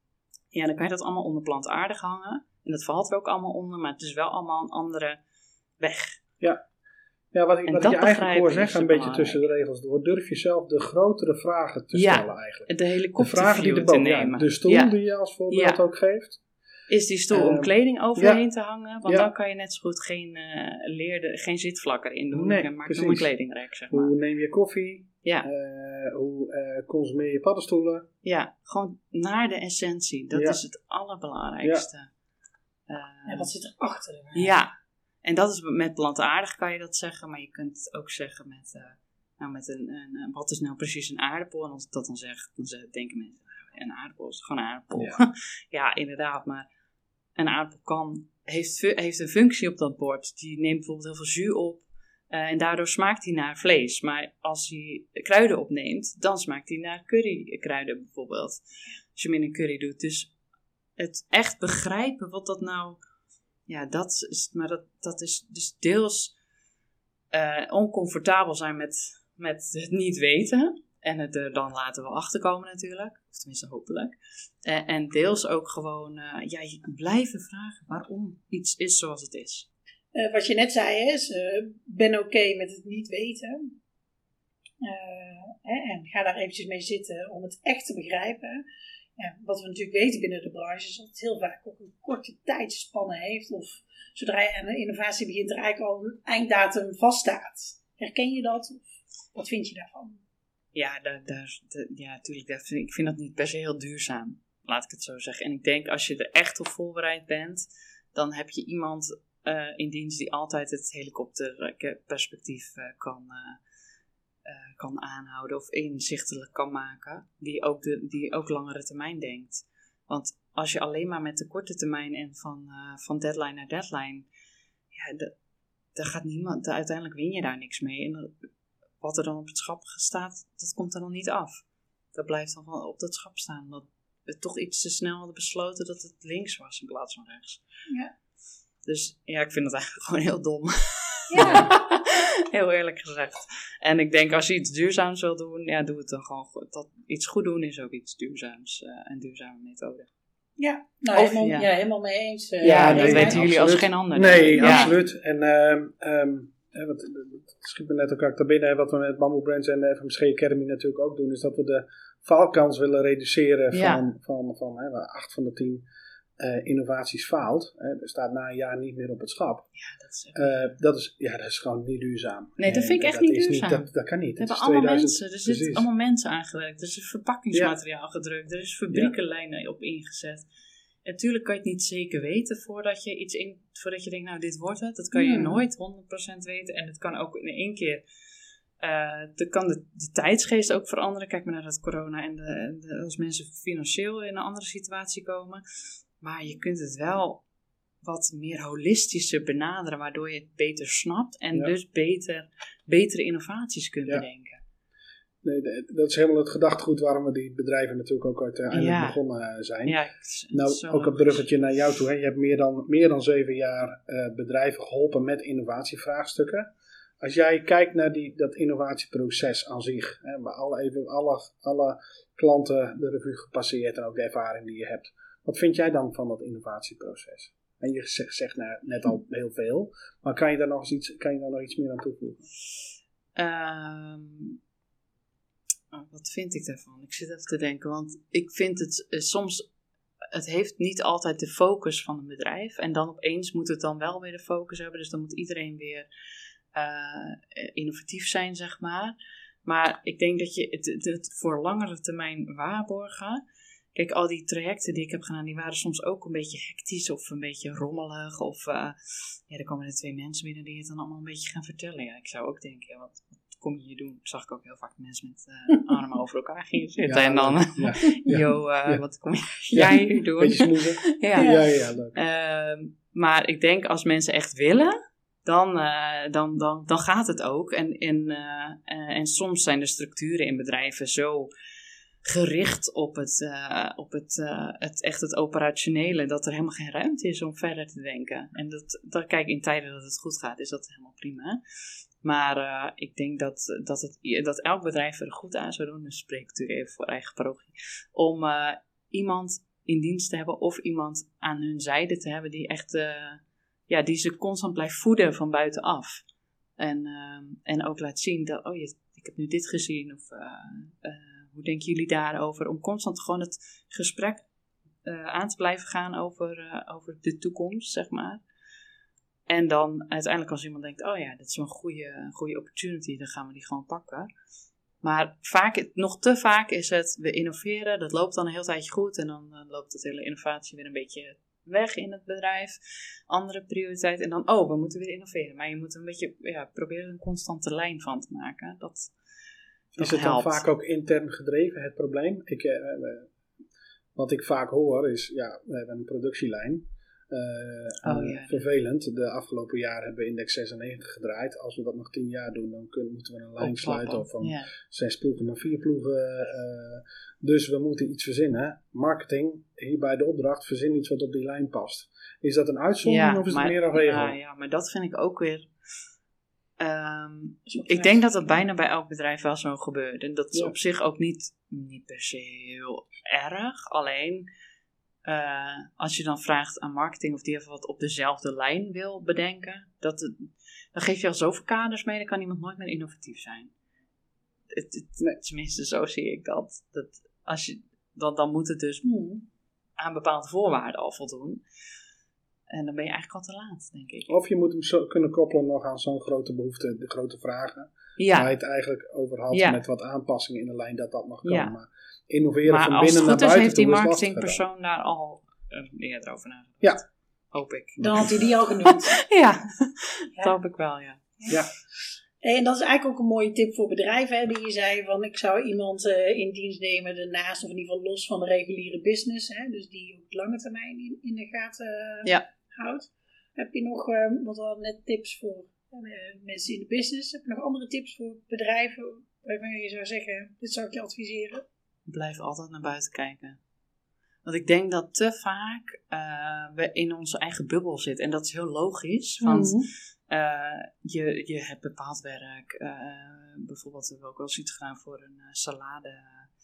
[SPEAKER 2] Ja, dan kan je dat allemaal onder plantaardig hangen. En dat valt er ook allemaal onder, maar het is wel allemaal een andere weg.
[SPEAKER 3] Ja, ja wat ik, wat ik je eigenlijk hoor zeggen, een beetje tussen de regels door, durf je zelf de grotere vragen te
[SPEAKER 2] ja,
[SPEAKER 3] stellen eigenlijk.
[SPEAKER 2] de helikopterview
[SPEAKER 3] de vragen die de boom,
[SPEAKER 2] te nemen.
[SPEAKER 3] Ja, de stoel ja. die je als voorbeeld ja. ook geeft.
[SPEAKER 2] Is die stoel uh, om kleding overheen ja. te hangen? Want
[SPEAKER 3] ja.
[SPEAKER 2] dan kan je net zo goed geen, uh, leerde, geen zitvlak erin doen.
[SPEAKER 3] Nee,
[SPEAKER 2] en maak dan een kledingrek, zeg maar.
[SPEAKER 3] Hoe neem je koffie?
[SPEAKER 2] Ja.
[SPEAKER 3] Uh, hoe uh, consumeer je paddenstoelen?
[SPEAKER 2] Ja, gewoon naar de essentie. Dat ja. is het allerbelangrijkste.
[SPEAKER 1] Ja. Uh, en wat zit er achter de waarde?
[SPEAKER 2] Ja, en dat is met plantaardig kan je dat zeggen. Maar je kunt het ook zeggen met, uh, nou met een, een, wat is nou precies een aardappel? En als ik dat dan zeg, dan denken mensen, een aardappel is gewoon een aardappel. Ja, ja inderdaad, maar een aardappel kan, heeft, heeft een functie op dat bord. Die neemt bijvoorbeeld heel veel zuur op. Uh, en daardoor smaakt hij naar vlees. Maar als hij kruiden opneemt, dan smaakt hij naar currykruiden bijvoorbeeld. Als je hem in een curry doet. Dus het echt begrijpen wat dat nou... Ja, dat is... Maar dat, dat is dus deels uh, oncomfortabel zijn met, met het niet weten. En het er dan laten we achterkomen natuurlijk. Of tenminste hopelijk. Uh, en deels ook gewoon... Uh, ja, je blijven vragen waarom iets is zoals het is.
[SPEAKER 1] Uh, wat je net zei is, uh, ben oké okay met het niet weten. Uh, hè, en ga daar eventjes mee zitten om het echt te begrijpen. Ja, wat we natuurlijk weten binnen de branche is dat het heel vaak ook een korte tijdspanne heeft. Of zodra je aan een innovatie begint er eigenlijk al een einddatum vaststaat. Herken je dat? Of wat vind je daarvan?
[SPEAKER 2] Ja, daar, daar, de, ja natuurlijk. Daar vind, ik vind dat niet per se heel duurzaam. Laat ik het zo zeggen. En ik denk als je er echt op voorbereid bent, dan heb je iemand... Uh, in dienst die altijd het helikopterperspectief uh, kan, uh, uh, kan aanhouden of inzichtelijk kan maken, die ook, de, die ook langere termijn denkt. Want als je alleen maar met de korte termijn en van, uh, van deadline naar deadline, ja, de, daar gaat niemand, de, uiteindelijk win je daar niks mee. En de, wat er dan op het schap staat, dat komt er dan niet af. Dat blijft dan wel op dat schap staan. Dat we toch iets te snel hadden besloten dat het links was in plaats van rechts.
[SPEAKER 1] Ja.
[SPEAKER 2] Dus ja, ik vind het eigenlijk gewoon heel dom.
[SPEAKER 1] Ja.
[SPEAKER 2] Heel eerlijk gezegd. En ik denk, als je iets duurzaams wil doen, ja, doe het dan gewoon goed. Dat iets goed doen is ook iets duurzaams. Uh, een duurzame methode.
[SPEAKER 1] Ja, nou,
[SPEAKER 2] Of,
[SPEAKER 1] helemaal,
[SPEAKER 2] ja.
[SPEAKER 1] ja, helemaal mee eens. Uh,
[SPEAKER 3] Ja,
[SPEAKER 2] Ja,
[SPEAKER 3] nee,
[SPEAKER 2] dat weten
[SPEAKER 3] absoluut.
[SPEAKER 2] jullie als geen ander.
[SPEAKER 3] Nee,
[SPEAKER 2] Ja.
[SPEAKER 3] absoluut. En ehm um, eh, wat, het schiet me net ook uit binnen. Hè, wat we met Bamboo Brands en de F M C Academy natuurlijk ook doen, is dat we de faalkans willen reduceren
[SPEAKER 2] Ja.
[SPEAKER 3] van, van, van hè, waar acht van de tien uh, innovaties faalt. Hè, er staat na een jaar niet meer op het schap.
[SPEAKER 2] Ja, dat is,
[SPEAKER 3] Uh, dat, is, ja, dat is gewoon niet duurzaam.
[SPEAKER 2] Nee, dat
[SPEAKER 3] En,
[SPEAKER 2] vind ik
[SPEAKER 3] uh,
[SPEAKER 2] echt
[SPEAKER 3] dat
[SPEAKER 2] niet
[SPEAKER 3] is
[SPEAKER 2] duurzaam.
[SPEAKER 3] dat, dat kan niet.
[SPEAKER 2] er
[SPEAKER 3] Het
[SPEAKER 2] hebben
[SPEAKER 3] is
[SPEAKER 2] allemaal
[SPEAKER 3] tweeduizend
[SPEAKER 2] mensen, er zitten
[SPEAKER 3] precies.
[SPEAKER 2] allemaal mensen aangewerkt. Er is verpakkingsmateriaal gedrukt. Er is fabriekenlijnen op ingezet. En natuurlijk kan je het niet zeker weten voordat je iets in, voordat je denkt, nou dit wordt het. Dat kan je
[SPEAKER 1] Hmm.
[SPEAKER 2] nooit honderd procent weten. En het kan ook in één keer, uh, de, kan de, de tijdsgeest ook veranderen. Kijk maar naar dat corona en de, de, als mensen financieel in een andere situatie komen. Maar je kunt het wel wat meer holistischer benaderen, waardoor je het beter snapt en
[SPEAKER 3] Ja.
[SPEAKER 2] dus beter, betere innovaties kunt
[SPEAKER 3] Ja.
[SPEAKER 2] bedenken.
[SPEAKER 3] Nee, de- dat is helemaal het gedachtegoed waarom we die bedrijven natuurlijk ook uiteindelijk
[SPEAKER 2] Ja.
[SPEAKER 3] begonnen zijn.
[SPEAKER 2] Ja, het is- het
[SPEAKER 3] Nou,
[SPEAKER 2] is zo
[SPEAKER 3] ook een
[SPEAKER 2] logisch.
[SPEAKER 3] bruggetje naar jou toe. Hè. Je hebt meer dan, meer dan zeven jaar uh, bedrijven geholpen met innovatievraagstukken. Als jij kijkt naar die, dat innovatieproces aan zich, hè, waar alle, even, alle, alle klanten de revue gepasseerd en ook de ervaring die je hebt. Wat vind jij dan van dat innovatieproces? En je zegt, zegt nou, net al heel veel, maar kan je daar nog, eens iets, kan je daar nog iets meer aan toevoegen?
[SPEAKER 2] Um, oh, wat vind ik daarvan? Ik zit even te denken, want ik vind het uh, soms, het heeft niet altijd de focus van een bedrijf. En dan opeens moet het dan wel weer de focus hebben. Dus dan moet iedereen weer uh, innovatief zijn, zeg maar. Maar ik denk dat je het, het, het voor langere termijn waarborgen. Kijk, al die trajecten die ik heb gedaan, die waren soms ook een beetje hectisch of een beetje rommelig. Of uh, ja, er komen er twee mensen binnen die het dan allemaal een beetje gaan vertellen. Ja, ik zou ook denken, ja, wat, wat kom je hier doen? Dat zag ik ook heel vaak mensen met uh, armen over elkaar gingen zitten.
[SPEAKER 3] Ja,
[SPEAKER 2] en dan,
[SPEAKER 3] ja, ja,
[SPEAKER 2] yo, uh,
[SPEAKER 3] ja.
[SPEAKER 2] wat kom je jij
[SPEAKER 3] Ja,
[SPEAKER 2] hier doen?
[SPEAKER 3] beetje smoezen.
[SPEAKER 2] ja.
[SPEAKER 3] Ja, ja, ja, leuk.
[SPEAKER 2] Uh, maar ik denk als mensen echt willen, dan, uh, dan, dan, dan gaat het ook. En, en, uh, uh, en soms zijn de structuren in bedrijven zo gericht op het, uh, op het, uh, het echt het operationele, dat er helemaal geen ruimte is om verder te denken. En dat, dat kijk, in tijden dat het goed gaat, is dat helemaal prima. Maar uh, ik denk dat, dat, het, dat elk bedrijf er goed aan zou doen, dus spreek ik natuurlijk even voor eigen parochie, om uh, iemand in dienst te hebben of iemand aan hun zijde te hebben die echt, uh, ja, die ze constant blijft voeden van buitenaf. En, uh, en ook laat zien dat, oh, je, ik heb nu dit gezien, of uh, uh, hoe denken jullie daarover? Om constant gewoon het gesprek uh, aan te blijven gaan over, uh, over de toekomst, zeg maar. En dan uiteindelijk als iemand denkt, oh ja, dit is wel een goede, goede opportunity, dan gaan we die gewoon pakken. Maar vaak, nog te vaak is het, we innoveren, dat loopt dan een heel tijdje goed en dan uh, loopt het hele innovatie weer een beetje weg in het bedrijf. Andere prioriteit en dan, oh, we moeten weer innoveren. Maar je moet een beetje, ja, proberen een constante lijn van te maken. Dat, dat
[SPEAKER 3] is het
[SPEAKER 2] helpt.
[SPEAKER 3] dan vaak ook intern gedreven, het probleem? Ik, uh, uh, wat ik vaak hoor is, ja, we hebben een productielijn. Uh,
[SPEAKER 2] oh,
[SPEAKER 3] uh,
[SPEAKER 2] ja,
[SPEAKER 3] vervelend. De afgelopen jaren hebben we index zesennegentig gedraaid. Als we dat nog tien jaar doen, dan kunnen, moeten we een lijn sluiten of van
[SPEAKER 2] ja.
[SPEAKER 3] zes ploegen naar vier ploegen. Uh, dus we moeten iets verzinnen. Marketing, hierbij de opdracht, verzin iets wat op die lijn past. Is dat een uitzondering
[SPEAKER 2] ja,
[SPEAKER 3] of is
[SPEAKER 2] maar,
[SPEAKER 3] het meer een regel?
[SPEAKER 2] Ja, ja, maar dat vind ik ook weer. Um, ik denk dat dat bijna bij elk bedrijf wel zo gebeurt. En dat is ja. op zich ook niet, niet per se heel erg. Alleen, uh, als je dan vraagt aan marketing of die even wat op dezelfde lijn wil bedenken, dat het, dan geef je al zoveel kaders mee, dan kan iemand nooit meer innovatief zijn. Het, het, nee. Tenminste, zo zie ik dat. dat als je, dan, dan moet het dus hmm, aan bepaalde voorwaarden al voldoen. En dan ben je eigenlijk al te laat, denk ik.
[SPEAKER 3] Of je moet hem zo kunnen koppelen nog aan zo'n grote behoefte, de grote vragen.
[SPEAKER 2] Ja.
[SPEAKER 3] Waar je het eigenlijk over had
[SPEAKER 2] ja.
[SPEAKER 3] met wat aanpassingen in de lijn, dat dat nog kan.
[SPEAKER 2] Ja.
[SPEAKER 3] Maar innoveren
[SPEAKER 2] maar
[SPEAKER 3] van binnen naar buiten
[SPEAKER 2] is, heeft die
[SPEAKER 3] toe is
[SPEAKER 2] marketingpersoon daar al uh, eerder over nagedacht.
[SPEAKER 3] Ja.
[SPEAKER 2] Hoop ik.
[SPEAKER 1] Dan had hij die al genoemd.
[SPEAKER 2] ja. ja, dat hoop ik wel, ja.
[SPEAKER 3] Ja.
[SPEAKER 1] En dat is eigenlijk ook een mooie tip voor bedrijven. Hè, die je zei van ik zou iemand uh, in dienst nemen daarnaast of in ieder geval los van de reguliere business. Hè, dus die op lange termijn in, in de gaten uh,
[SPEAKER 2] ja.
[SPEAKER 1] houdt. Heb je nog, uh, wat we hadden net tips voor uh, mensen in de business. Heb je nog andere tips voor bedrijven waarvan je zou zeggen, dit zou ik je adviseren?
[SPEAKER 2] Blijf altijd naar buiten kijken. Want ik denk dat te vaak uh, we in onze eigen bubbel zitten. En dat is heel logisch. Want mm-hmm. uh, je, je hebt bepaald werk. Uh, bijvoorbeeld hebben we ook wel eens iets gedaan voor een uh, salade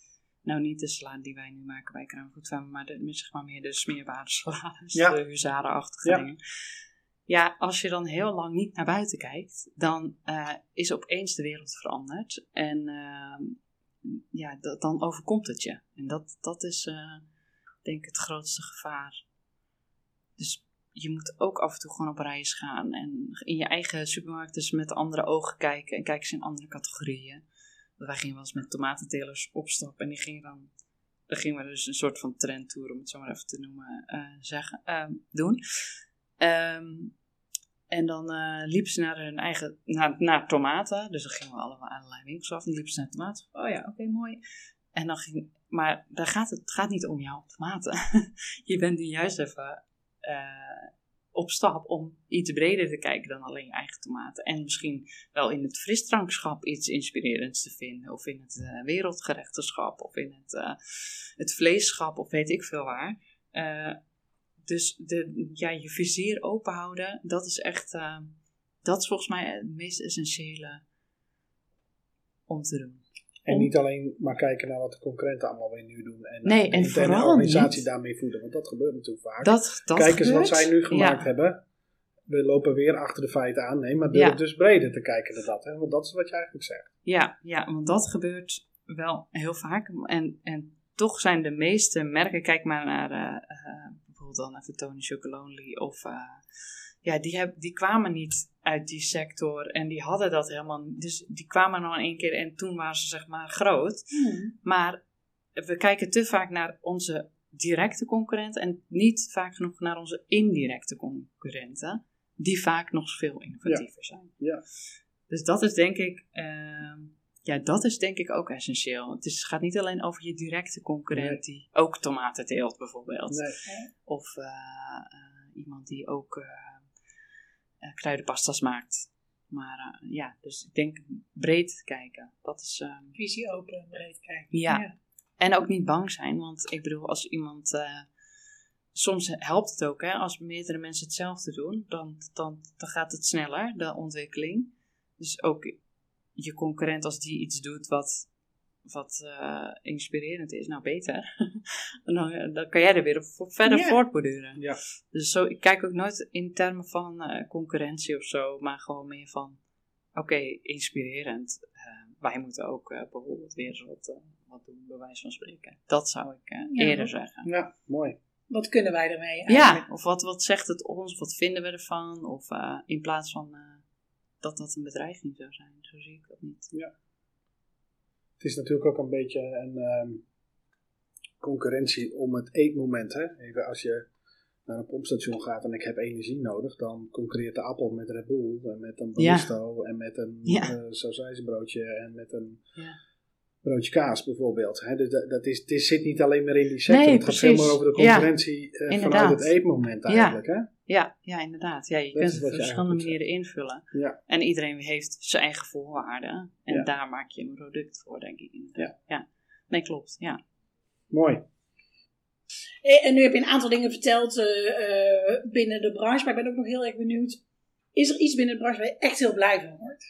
[SPEAKER 2] Nou, niet de salade die wij nu maken bij Kraamvoet Family, maar, de, zeg maar meer de smeerbare salades,
[SPEAKER 3] Ja.
[SPEAKER 2] de huzarenachtige
[SPEAKER 3] Ja.
[SPEAKER 2] dingen. Ja, als je dan heel lang niet naar buiten kijkt, dan uh, is opeens de wereld veranderd. En uh, ja, d- dan overkomt het je. En dat, dat is, uh, denk ik, het grootste gevaar. Dus je moet ook af en toe gewoon op reis gaan. En in je eigen supermarkt dus met andere ogen kijken. En kijken ze in andere categorieën. Wij gingen wel eens met tomatentelers opstappen. En die gingen dan, dan gingen we dus een soort van trendtour, om het zo maar even te noemen, uh, zeggen, uh, doen. Um, en dan uh, liepen ze naar hun eigen, naar, naar tomaten. Dus dan gingen we allemaal allerlei winkels af. En dan liepen ze naar tomaten. Oh ja, oké, okay, mooi. En dan ging, maar daar gaat het, het gaat niet om jouw tomaten. Je bent nu juist even uh, op stap om iets breder te kijken dan alleen je eigen tomaten. En misschien wel in het frisdrankschap iets inspirerends te vinden. Of in het uh, wereldgerechtenschap. Of in het, uh, het vleesschap. Of weet ik veel waar. Uh, Dus de, ja, je vizier open houden, dat is echt, uh, dat is volgens mij het meest essentiële om te doen.
[SPEAKER 3] En
[SPEAKER 2] om...
[SPEAKER 3] niet alleen maar kijken naar wat de concurrenten allemaal weer nu doen. En
[SPEAKER 2] nee,
[SPEAKER 3] de
[SPEAKER 2] en
[SPEAKER 3] interne organisatie niet. daarmee voeden, want dat gebeurt natuurlijk vaak.
[SPEAKER 2] Dat, dat
[SPEAKER 3] Kijk
[SPEAKER 2] gebeurt.
[SPEAKER 3] eens wat zij nu gemaakt
[SPEAKER 2] ja.
[SPEAKER 3] hebben. We lopen weer achter de feiten aan. Nee, maar durf ja. dus breder te kijken dan dat. Hè? Want dat is wat je eigenlijk zegt.
[SPEAKER 2] Ja, ja, want dat gebeurt wel heel vaak. En, en toch zijn de meeste merken, kijk maar naar... Uh, uh, dan even Tony Chocolonely of uh, ja, die, heb, die kwamen niet uit die sector en die hadden dat helemaal, dus die kwamen nog in één keer en toen waren ze zeg maar groot, hmm. maar we kijken te vaak naar onze directe concurrenten en niet vaak genoeg naar onze indirecte concurrenten, die vaak nog veel innovatiever ja. zijn.
[SPEAKER 3] Ja.
[SPEAKER 2] Dus dat is denk ik uh, Ja, dat is denk ik ook essentieel. Het, is, het gaat niet alleen over je directe concurrent nee. die ook tomaten teelt bijvoorbeeld.
[SPEAKER 3] Nee.
[SPEAKER 2] Of uh, uh, iemand die ook uh, uh, kruidenpasta's maakt. Maar uh, ja, dus ik denk breed kijken. Dat is... Uh,
[SPEAKER 1] Visie open, breed kijken.
[SPEAKER 2] Ja.
[SPEAKER 1] ja.
[SPEAKER 2] En ook niet bang zijn. Want ik bedoel, als iemand... Uh, soms helpt het ook, hè. Als meerdere mensen hetzelfde doen, dan, dan, dan gaat het sneller, de ontwikkeling. Dus ook... je concurrent, als die iets doet wat, wat uh, inspirerend is, nou beter. dan, dan kan jij er weer op, op verder yeah. voortborduren.
[SPEAKER 3] Ja.
[SPEAKER 2] Dus zo, ik kijk ook nooit in termen van uh, concurrentie of zo, maar gewoon meer van, oké, okay, inspirerend. Uh, wij moeten ook uh, bijvoorbeeld weer wat, uh, wat doen, bij wijze van spreken. Dat zou ik uh, ja, eerder zeggen.
[SPEAKER 3] Ja, mooi.
[SPEAKER 1] Wat kunnen wij ermee eigenlijk?
[SPEAKER 2] Ja, of wat, wat zegt het ons, wat vinden we ervan? Of uh, in plaats van... Uh, dat dat een bedreiging zou zijn. Zo zie ik dat niet.
[SPEAKER 3] Ja. Het is natuurlijk ook een beetje een um, concurrentie om het eetmoment. Hè? Even als je naar een pompstation gaat en ik heb energie nodig, dan concurreert de appel met Red Bull en met een Ballisto ja. en met een ja. uh, sausijzenbroodje en met een ja. broodje kaas bijvoorbeeld. Hè? Dus dat, dat is, het is, zit niet alleen maar in die sector.
[SPEAKER 2] Nee,
[SPEAKER 3] het gaat veel meer over de concurrentie ja. uh, vanuit het eetmoment eigenlijk.
[SPEAKER 2] Ja.
[SPEAKER 3] Hè?
[SPEAKER 2] Ja, ja, inderdaad. Ja, je dat kunt het op verschillende manieren invullen.
[SPEAKER 3] Ja.
[SPEAKER 2] En iedereen heeft zijn eigen voorwaarden. En
[SPEAKER 3] ja.
[SPEAKER 2] daar maak je een product voor, denk ik.
[SPEAKER 3] Ja.
[SPEAKER 2] ja. Nee, klopt. Ja.
[SPEAKER 3] Mooi.
[SPEAKER 1] En nu heb je een aantal dingen verteld uh, uh, binnen de branche. Maar ik ben ook nog heel erg benieuwd. Is er iets binnen de branche waar je echt heel blij van wordt?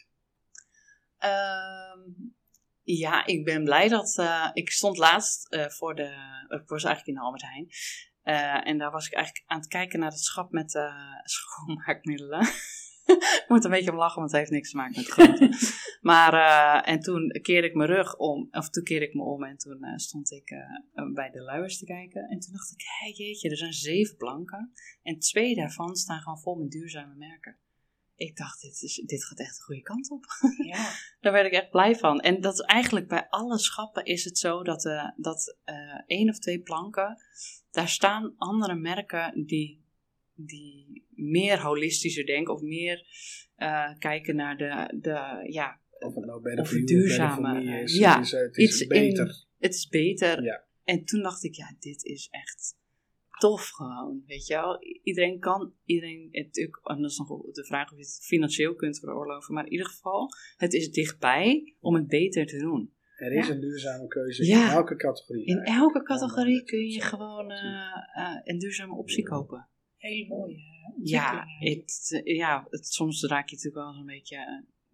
[SPEAKER 2] Um, ja, ik ben blij dat... Uh, ik stond laatst uh, voor de... Ik was eigenlijk in de Albert Heijn. Uh, en daar was ik eigenlijk aan het kijken naar het schap met uh, schoonmaakmiddelen. Ik moet een beetje om lachen, want het heeft niks te maken met groenten. Maar, uh, en toen keerde ik mijn rug om, of toen keerde ik me om en toen uh, stond ik uh, bij de luiers te kijken. En toen dacht ik, hé jeetje, er zijn zeven planken. En twee daarvan staan gewoon vol met duurzame merken. Ik dacht, dit, is, dit gaat echt de goede kant op.
[SPEAKER 1] Ja.
[SPEAKER 2] Daar werd ik echt blij van. En dat is eigenlijk bij alle schappen is het zo dat, uh, dat uh, één of twee planken, daar staan andere merken die, die meer holistischer denken of meer uh, kijken naar de, de ja,
[SPEAKER 3] of het nou better
[SPEAKER 2] of
[SPEAKER 3] for you,
[SPEAKER 2] duurzame.
[SPEAKER 3] Better for me is.
[SPEAKER 2] Ja,
[SPEAKER 3] het is, het is beter.
[SPEAKER 2] In, het is beter.
[SPEAKER 3] Ja.
[SPEAKER 2] En toen dacht ik, ja, dit is echt tof gewoon, weet je wel. Iedereen kan, iedereen, het, en dat is nog de vraag of je het financieel kunt veroorloven, maar in ieder geval, het is dichtbij om het beter te doen.
[SPEAKER 3] Er is
[SPEAKER 2] ja.
[SPEAKER 3] een duurzame keuze
[SPEAKER 2] ja.
[SPEAKER 3] in elke categorie.
[SPEAKER 2] In
[SPEAKER 3] eigenlijk.
[SPEAKER 2] elke categorie kun je gewoon uh, uh, een duurzame optie kopen.
[SPEAKER 1] Hele mooie
[SPEAKER 2] Ja, het, ja het, soms raak je natuurlijk wel eens een beetje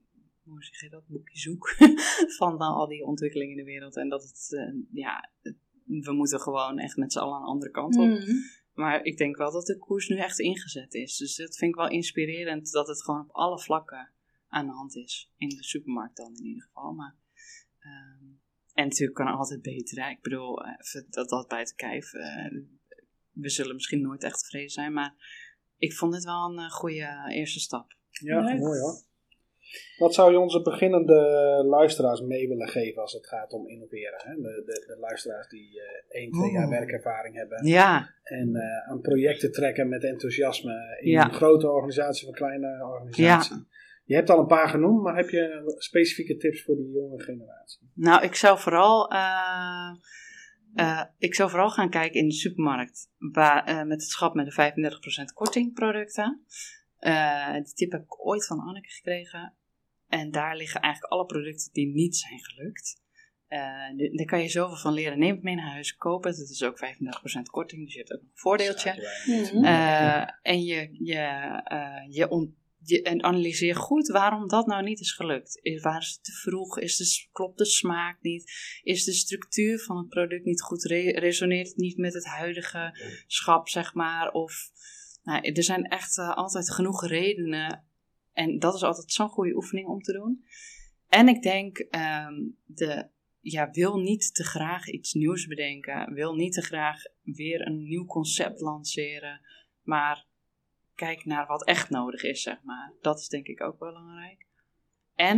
[SPEAKER 2] hoe zeg je dat, boekje zoek van uh, al die ontwikkelingen in de wereld. En dat het, uh, ja, het, we moeten gewoon echt met z'n allen een andere kant op.
[SPEAKER 1] Mm-hmm.
[SPEAKER 2] Maar ik denk wel dat de koers nu echt ingezet is. Dus dat vind ik wel inspirerend dat het gewoon op alle vlakken aan de hand is. In de supermarkt dan in ieder geval. Maar, um, en natuurlijk kan het altijd beter. Hè? Ik bedoel, even dat, dat buiten kijf. Uh, we zullen misschien nooit echt tevreden zijn. Maar ik vond het wel een uh, goede uh, eerste stap.
[SPEAKER 3] Ja,
[SPEAKER 1] Leuk.
[SPEAKER 3] Mooi hoor. Wat zou je onze beginnende luisteraars mee willen geven als het gaat om innoveren? Hè? De, de, de luisteraars die uh, één, twee jaar werkervaring hebben.
[SPEAKER 2] Ja.
[SPEAKER 3] En uh, aan projecten trekken met enthousiasme in
[SPEAKER 2] Ja.
[SPEAKER 3] een grote organisatie of een kleine organisatie.
[SPEAKER 2] Ja.
[SPEAKER 3] Je hebt al een paar genoemd, maar heb je specifieke tips voor die jonge generatie?
[SPEAKER 2] Nou, ik zou vooral, uh, uh, ik zou vooral gaan kijken in de supermarkt. Waar, uh, met het schap met de vijfendertig procent korting producten. Uh, die tip heb ik ooit van Anneke gekregen. En daar liggen eigenlijk alle producten die niet zijn gelukt. Uh, de, daar kan je zoveel van leren. Neem het mee naar huis, koop het. Het is ook vijfendertig procent korting, dus je hebt ook nog een voordeeltje.
[SPEAKER 1] Mm-hmm.
[SPEAKER 2] Uh, en je, je, uh, je, on, je en analyseer goed waarom dat nou niet is gelukt. Is, waar is het te vroeg? Is de, klopt de smaak niet? Is de structuur van het product niet goed? Re, resoneert het niet met het huidige schap, zeg maar? Of, nou, er zijn echt uh, altijd genoeg redenen. En dat is altijd zo'n goede oefening om te doen. En ik denk, um, de, ja, wil niet te graag iets nieuws bedenken. Wil niet te graag weer een nieuw concept lanceren. Maar kijk naar wat echt nodig is, zeg maar. Dat is denk ik ook belangrijk. En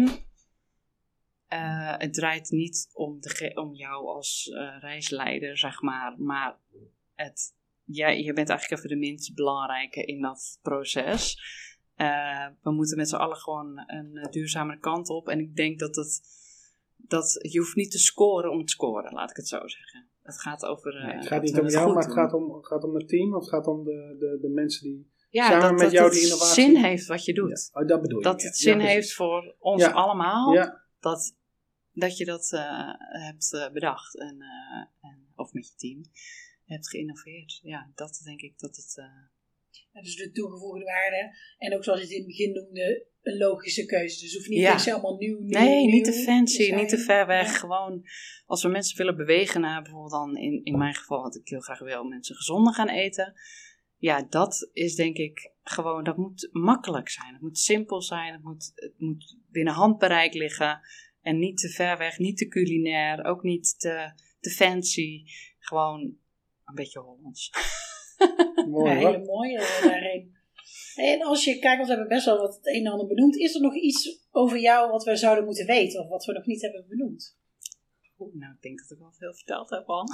[SPEAKER 2] uh, het draait niet om, de, om jou als uh, reisleider, zeg maar. Maar het, ja, je bent eigenlijk even de minst belangrijke in dat proces. Uh, we moeten met z'n allen gewoon een uh, duurzamere kant op. En ik denk dat het, dat je hoeft niet te scoren om te scoren, laat ik het zo zeggen. Het gaat over... Uh,
[SPEAKER 3] nee, het gaat niet om jou, maar het gaat om, gaat om het team. Of het gaat om de, de, de mensen die
[SPEAKER 2] ja,
[SPEAKER 3] samen
[SPEAKER 2] dat,
[SPEAKER 3] met
[SPEAKER 2] dat
[SPEAKER 3] jou
[SPEAKER 2] het
[SPEAKER 3] die innovatie...
[SPEAKER 2] zin heeft wat je doet.
[SPEAKER 3] Ja. Oh, dat bedoel je.
[SPEAKER 2] Dat
[SPEAKER 3] ja.
[SPEAKER 2] het zin
[SPEAKER 3] ja,
[SPEAKER 2] heeft voor ons
[SPEAKER 3] ja.
[SPEAKER 2] allemaal.
[SPEAKER 3] Ja.
[SPEAKER 2] Dat, dat je dat uh, hebt uh, bedacht. En, uh, en, of met je team hebt geïnnoveerd. Ja, dat denk ik dat het... Uh,
[SPEAKER 1] Ja, dus de toegevoegde waarde. En ook zoals je het in het begin noemde, een logische keuze. Dus hoeft niet
[SPEAKER 2] ja.
[SPEAKER 1] eens helemaal nieuw, nieuw,
[SPEAKER 2] Nee,
[SPEAKER 1] nieuw
[SPEAKER 2] niet te fancy,
[SPEAKER 1] te
[SPEAKER 2] niet te ver weg.
[SPEAKER 1] Ja.
[SPEAKER 2] Gewoon, als we mensen willen bewegen naar bijvoorbeeld dan, in, in mijn geval, wat ik heel graag wil, mensen gezonder gaan eten. Ja, dat is denk ik gewoon, dat moet makkelijk zijn. Het moet simpel zijn, het moet, het moet binnen handbereik liggen. En niet te ver weg, niet te culinair, ook niet te, te fancy. Gewoon een beetje Hollands.
[SPEAKER 3] Mooi,
[SPEAKER 1] ja, hele mooie daarin. En als je kijkt, want we hebben best wel wat het een en ander benoemd. Is er nog iets over jou wat we zouden moeten weten? Of wat we nog niet hebben benoemd?
[SPEAKER 2] Oeh, nou, ik denk dat ik wel veel verteld heb al.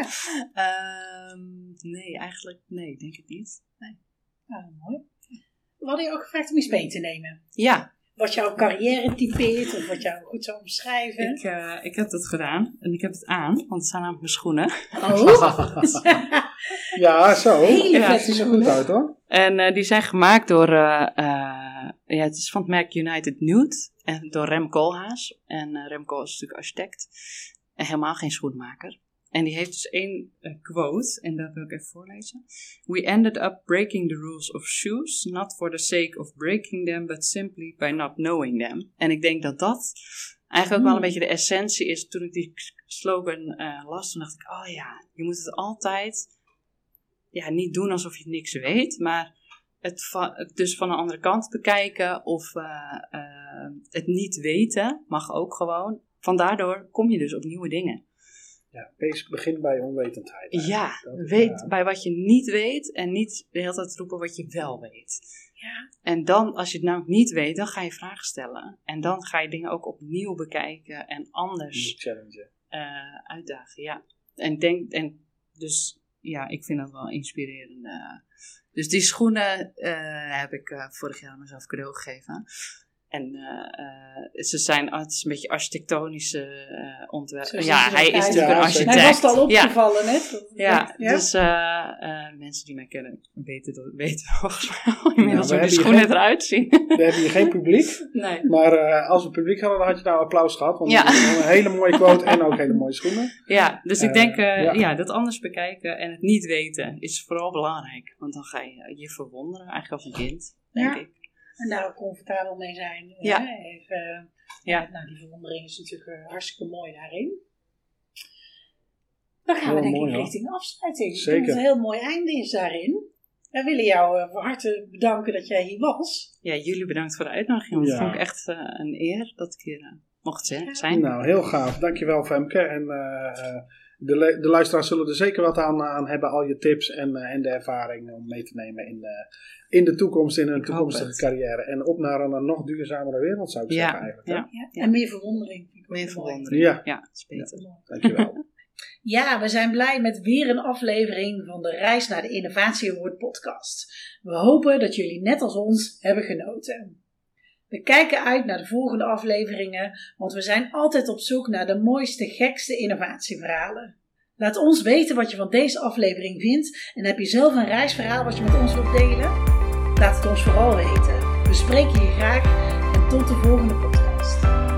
[SPEAKER 2] Ja. um, nee, eigenlijk, nee, denk ik niet. Nee.
[SPEAKER 1] Nou, mooi. We hadden je ook gevraagd om iets mee te nemen.
[SPEAKER 2] Ja.
[SPEAKER 1] Wat jouw carrière typeert of wat jou goed zou omschrijven.
[SPEAKER 2] Ik, uh, ik heb dat gedaan en ik heb het aan, want het zijn namelijk mijn schoenen.
[SPEAKER 1] Oh!
[SPEAKER 3] Ja, zo.
[SPEAKER 1] Hele
[SPEAKER 3] ja,
[SPEAKER 1] vette
[SPEAKER 3] ziet er
[SPEAKER 1] schoenen.
[SPEAKER 3] goed uit hoor.
[SPEAKER 2] En uh, die zijn gemaakt door, uh, uh, ja, het is van het merk United Nude en door Rem Koolhaas. En uh, Rem Koolhaas is natuurlijk architect en helemaal geen schoenmaker. En die heeft dus één uh, quote, en dat wil ik even voorlezen. We ended up breaking the rules of shoes, not for the sake of breaking them, but simply by not knowing them. En ik denk dat dat eigenlijk ook wel een beetje de essentie is. Toen ik die slogan uh, las, toen dacht ik, oh ja, je moet het altijd, ja, niet doen alsof je niks weet, maar het, va- het dus van een andere kant bekijken of uh, uh, het niet weten mag ook gewoon. Van daardoor kom je dus op nieuwe dingen.
[SPEAKER 3] Ja, wees begin bij onwetendheid.
[SPEAKER 2] Ja,
[SPEAKER 3] is,
[SPEAKER 2] weet
[SPEAKER 3] ja.
[SPEAKER 2] bij wat je niet weet en niet de hele tijd roepen wat je wel weet.
[SPEAKER 1] Ja.
[SPEAKER 2] En dan, als je het nou niet weet, dan ga je vragen stellen. En dan ga je dingen ook opnieuw bekijken en anders
[SPEAKER 3] challenge.
[SPEAKER 2] uh, uitdagen. Ja. En denk, en dus ja, ik vind dat wel inspirerend. Uh. Dus die schoenen uh, heb ik uh, vorig jaar mezelf cadeau gegeven. En uh, uh, ze zijn, het is een beetje architectonische uh, ontwerpen. Ja, hij is natuurlijk
[SPEAKER 3] ja,
[SPEAKER 2] een architect.
[SPEAKER 1] Hij was het al opgevallen,
[SPEAKER 2] ja.
[SPEAKER 1] net.
[SPEAKER 2] Ja,
[SPEAKER 1] ja,
[SPEAKER 2] dus uh, uh, mensen die mij kennen weten, weten volgens mij al inmiddels
[SPEAKER 3] ja,
[SPEAKER 2] hoe die
[SPEAKER 3] geen,
[SPEAKER 2] schoenen eruit zien.
[SPEAKER 3] We hebben hier geen publiek.
[SPEAKER 2] Nee.
[SPEAKER 3] Maar uh, als we publiek hadden, dan had je nou applaus gehad. Want
[SPEAKER 2] ja.
[SPEAKER 3] een hele mooie quote en ook hele mooie schoenen.
[SPEAKER 2] Ja, dus ik
[SPEAKER 3] uh,
[SPEAKER 2] denk uh,
[SPEAKER 3] ja.
[SPEAKER 2] ja, dat anders bekijken en het niet weten is vooral belangrijk. Want dan ga je je verwonderen, eigenlijk als een kind, denk
[SPEAKER 1] ja.
[SPEAKER 2] ik.
[SPEAKER 1] En daar ook comfortabel mee zijn.
[SPEAKER 2] Ja.
[SPEAKER 1] Hè? Even
[SPEAKER 2] Ja.
[SPEAKER 1] Nou, die verwondering is natuurlijk uh, hartstikke mooi daarin. Dan gaan
[SPEAKER 3] Heel
[SPEAKER 1] we denk
[SPEAKER 3] mooi,
[SPEAKER 1] ik
[SPEAKER 3] hoor.
[SPEAKER 1] richting afsluiting.
[SPEAKER 3] Zeker.
[SPEAKER 1] Ik denk dat het een heel mooi einde is daarin. Wij willen jou uh, van harte bedanken dat jij hier was.
[SPEAKER 2] Ja, jullie bedankt voor de uitnodiging. Want
[SPEAKER 3] Ja.
[SPEAKER 2] het vond ik echt uh, een eer dat ik hier uh, mocht zijn.
[SPEAKER 3] Nou, heel gaaf. Dankjewel, Femke. En uh, de, le- de luisteraars zullen er zeker wat aan, aan hebben. Al je tips en, uh, en de ervaring om mee te nemen in, uh, in de toekomst, in hun
[SPEAKER 2] Ik
[SPEAKER 3] toekomstige
[SPEAKER 2] hoop het.
[SPEAKER 3] carrière. En op naar een, een nog duurzamere wereld, zou ik
[SPEAKER 2] Ja,
[SPEAKER 3] zeggen eigenlijk. hè?
[SPEAKER 2] ja.
[SPEAKER 1] Ja.
[SPEAKER 2] Ja.
[SPEAKER 1] En meer verwondering. Vind ik ook
[SPEAKER 2] Meer
[SPEAKER 1] mooi.
[SPEAKER 2] verwondering.
[SPEAKER 3] Ja.
[SPEAKER 2] Ja, dat is beter.
[SPEAKER 1] Ja.
[SPEAKER 3] Dankjewel.
[SPEAKER 1] Ja, we zijn blij met weer een aflevering van de Reis naar de Innovatie Award podcast. We hopen dat jullie net als ons hebben genoten. We kijken uit naar de volgende afleveringen, want we zijn altijd op zoek naar de mooiste, gekste innovatieverhalen. Laat ons weten wat je van deze aflevering vindt en heb je zelf een reisverhaal wat je met ons wilt delen? Laat het ons vooral weten. We spreken je graag en tot de volgende podcast.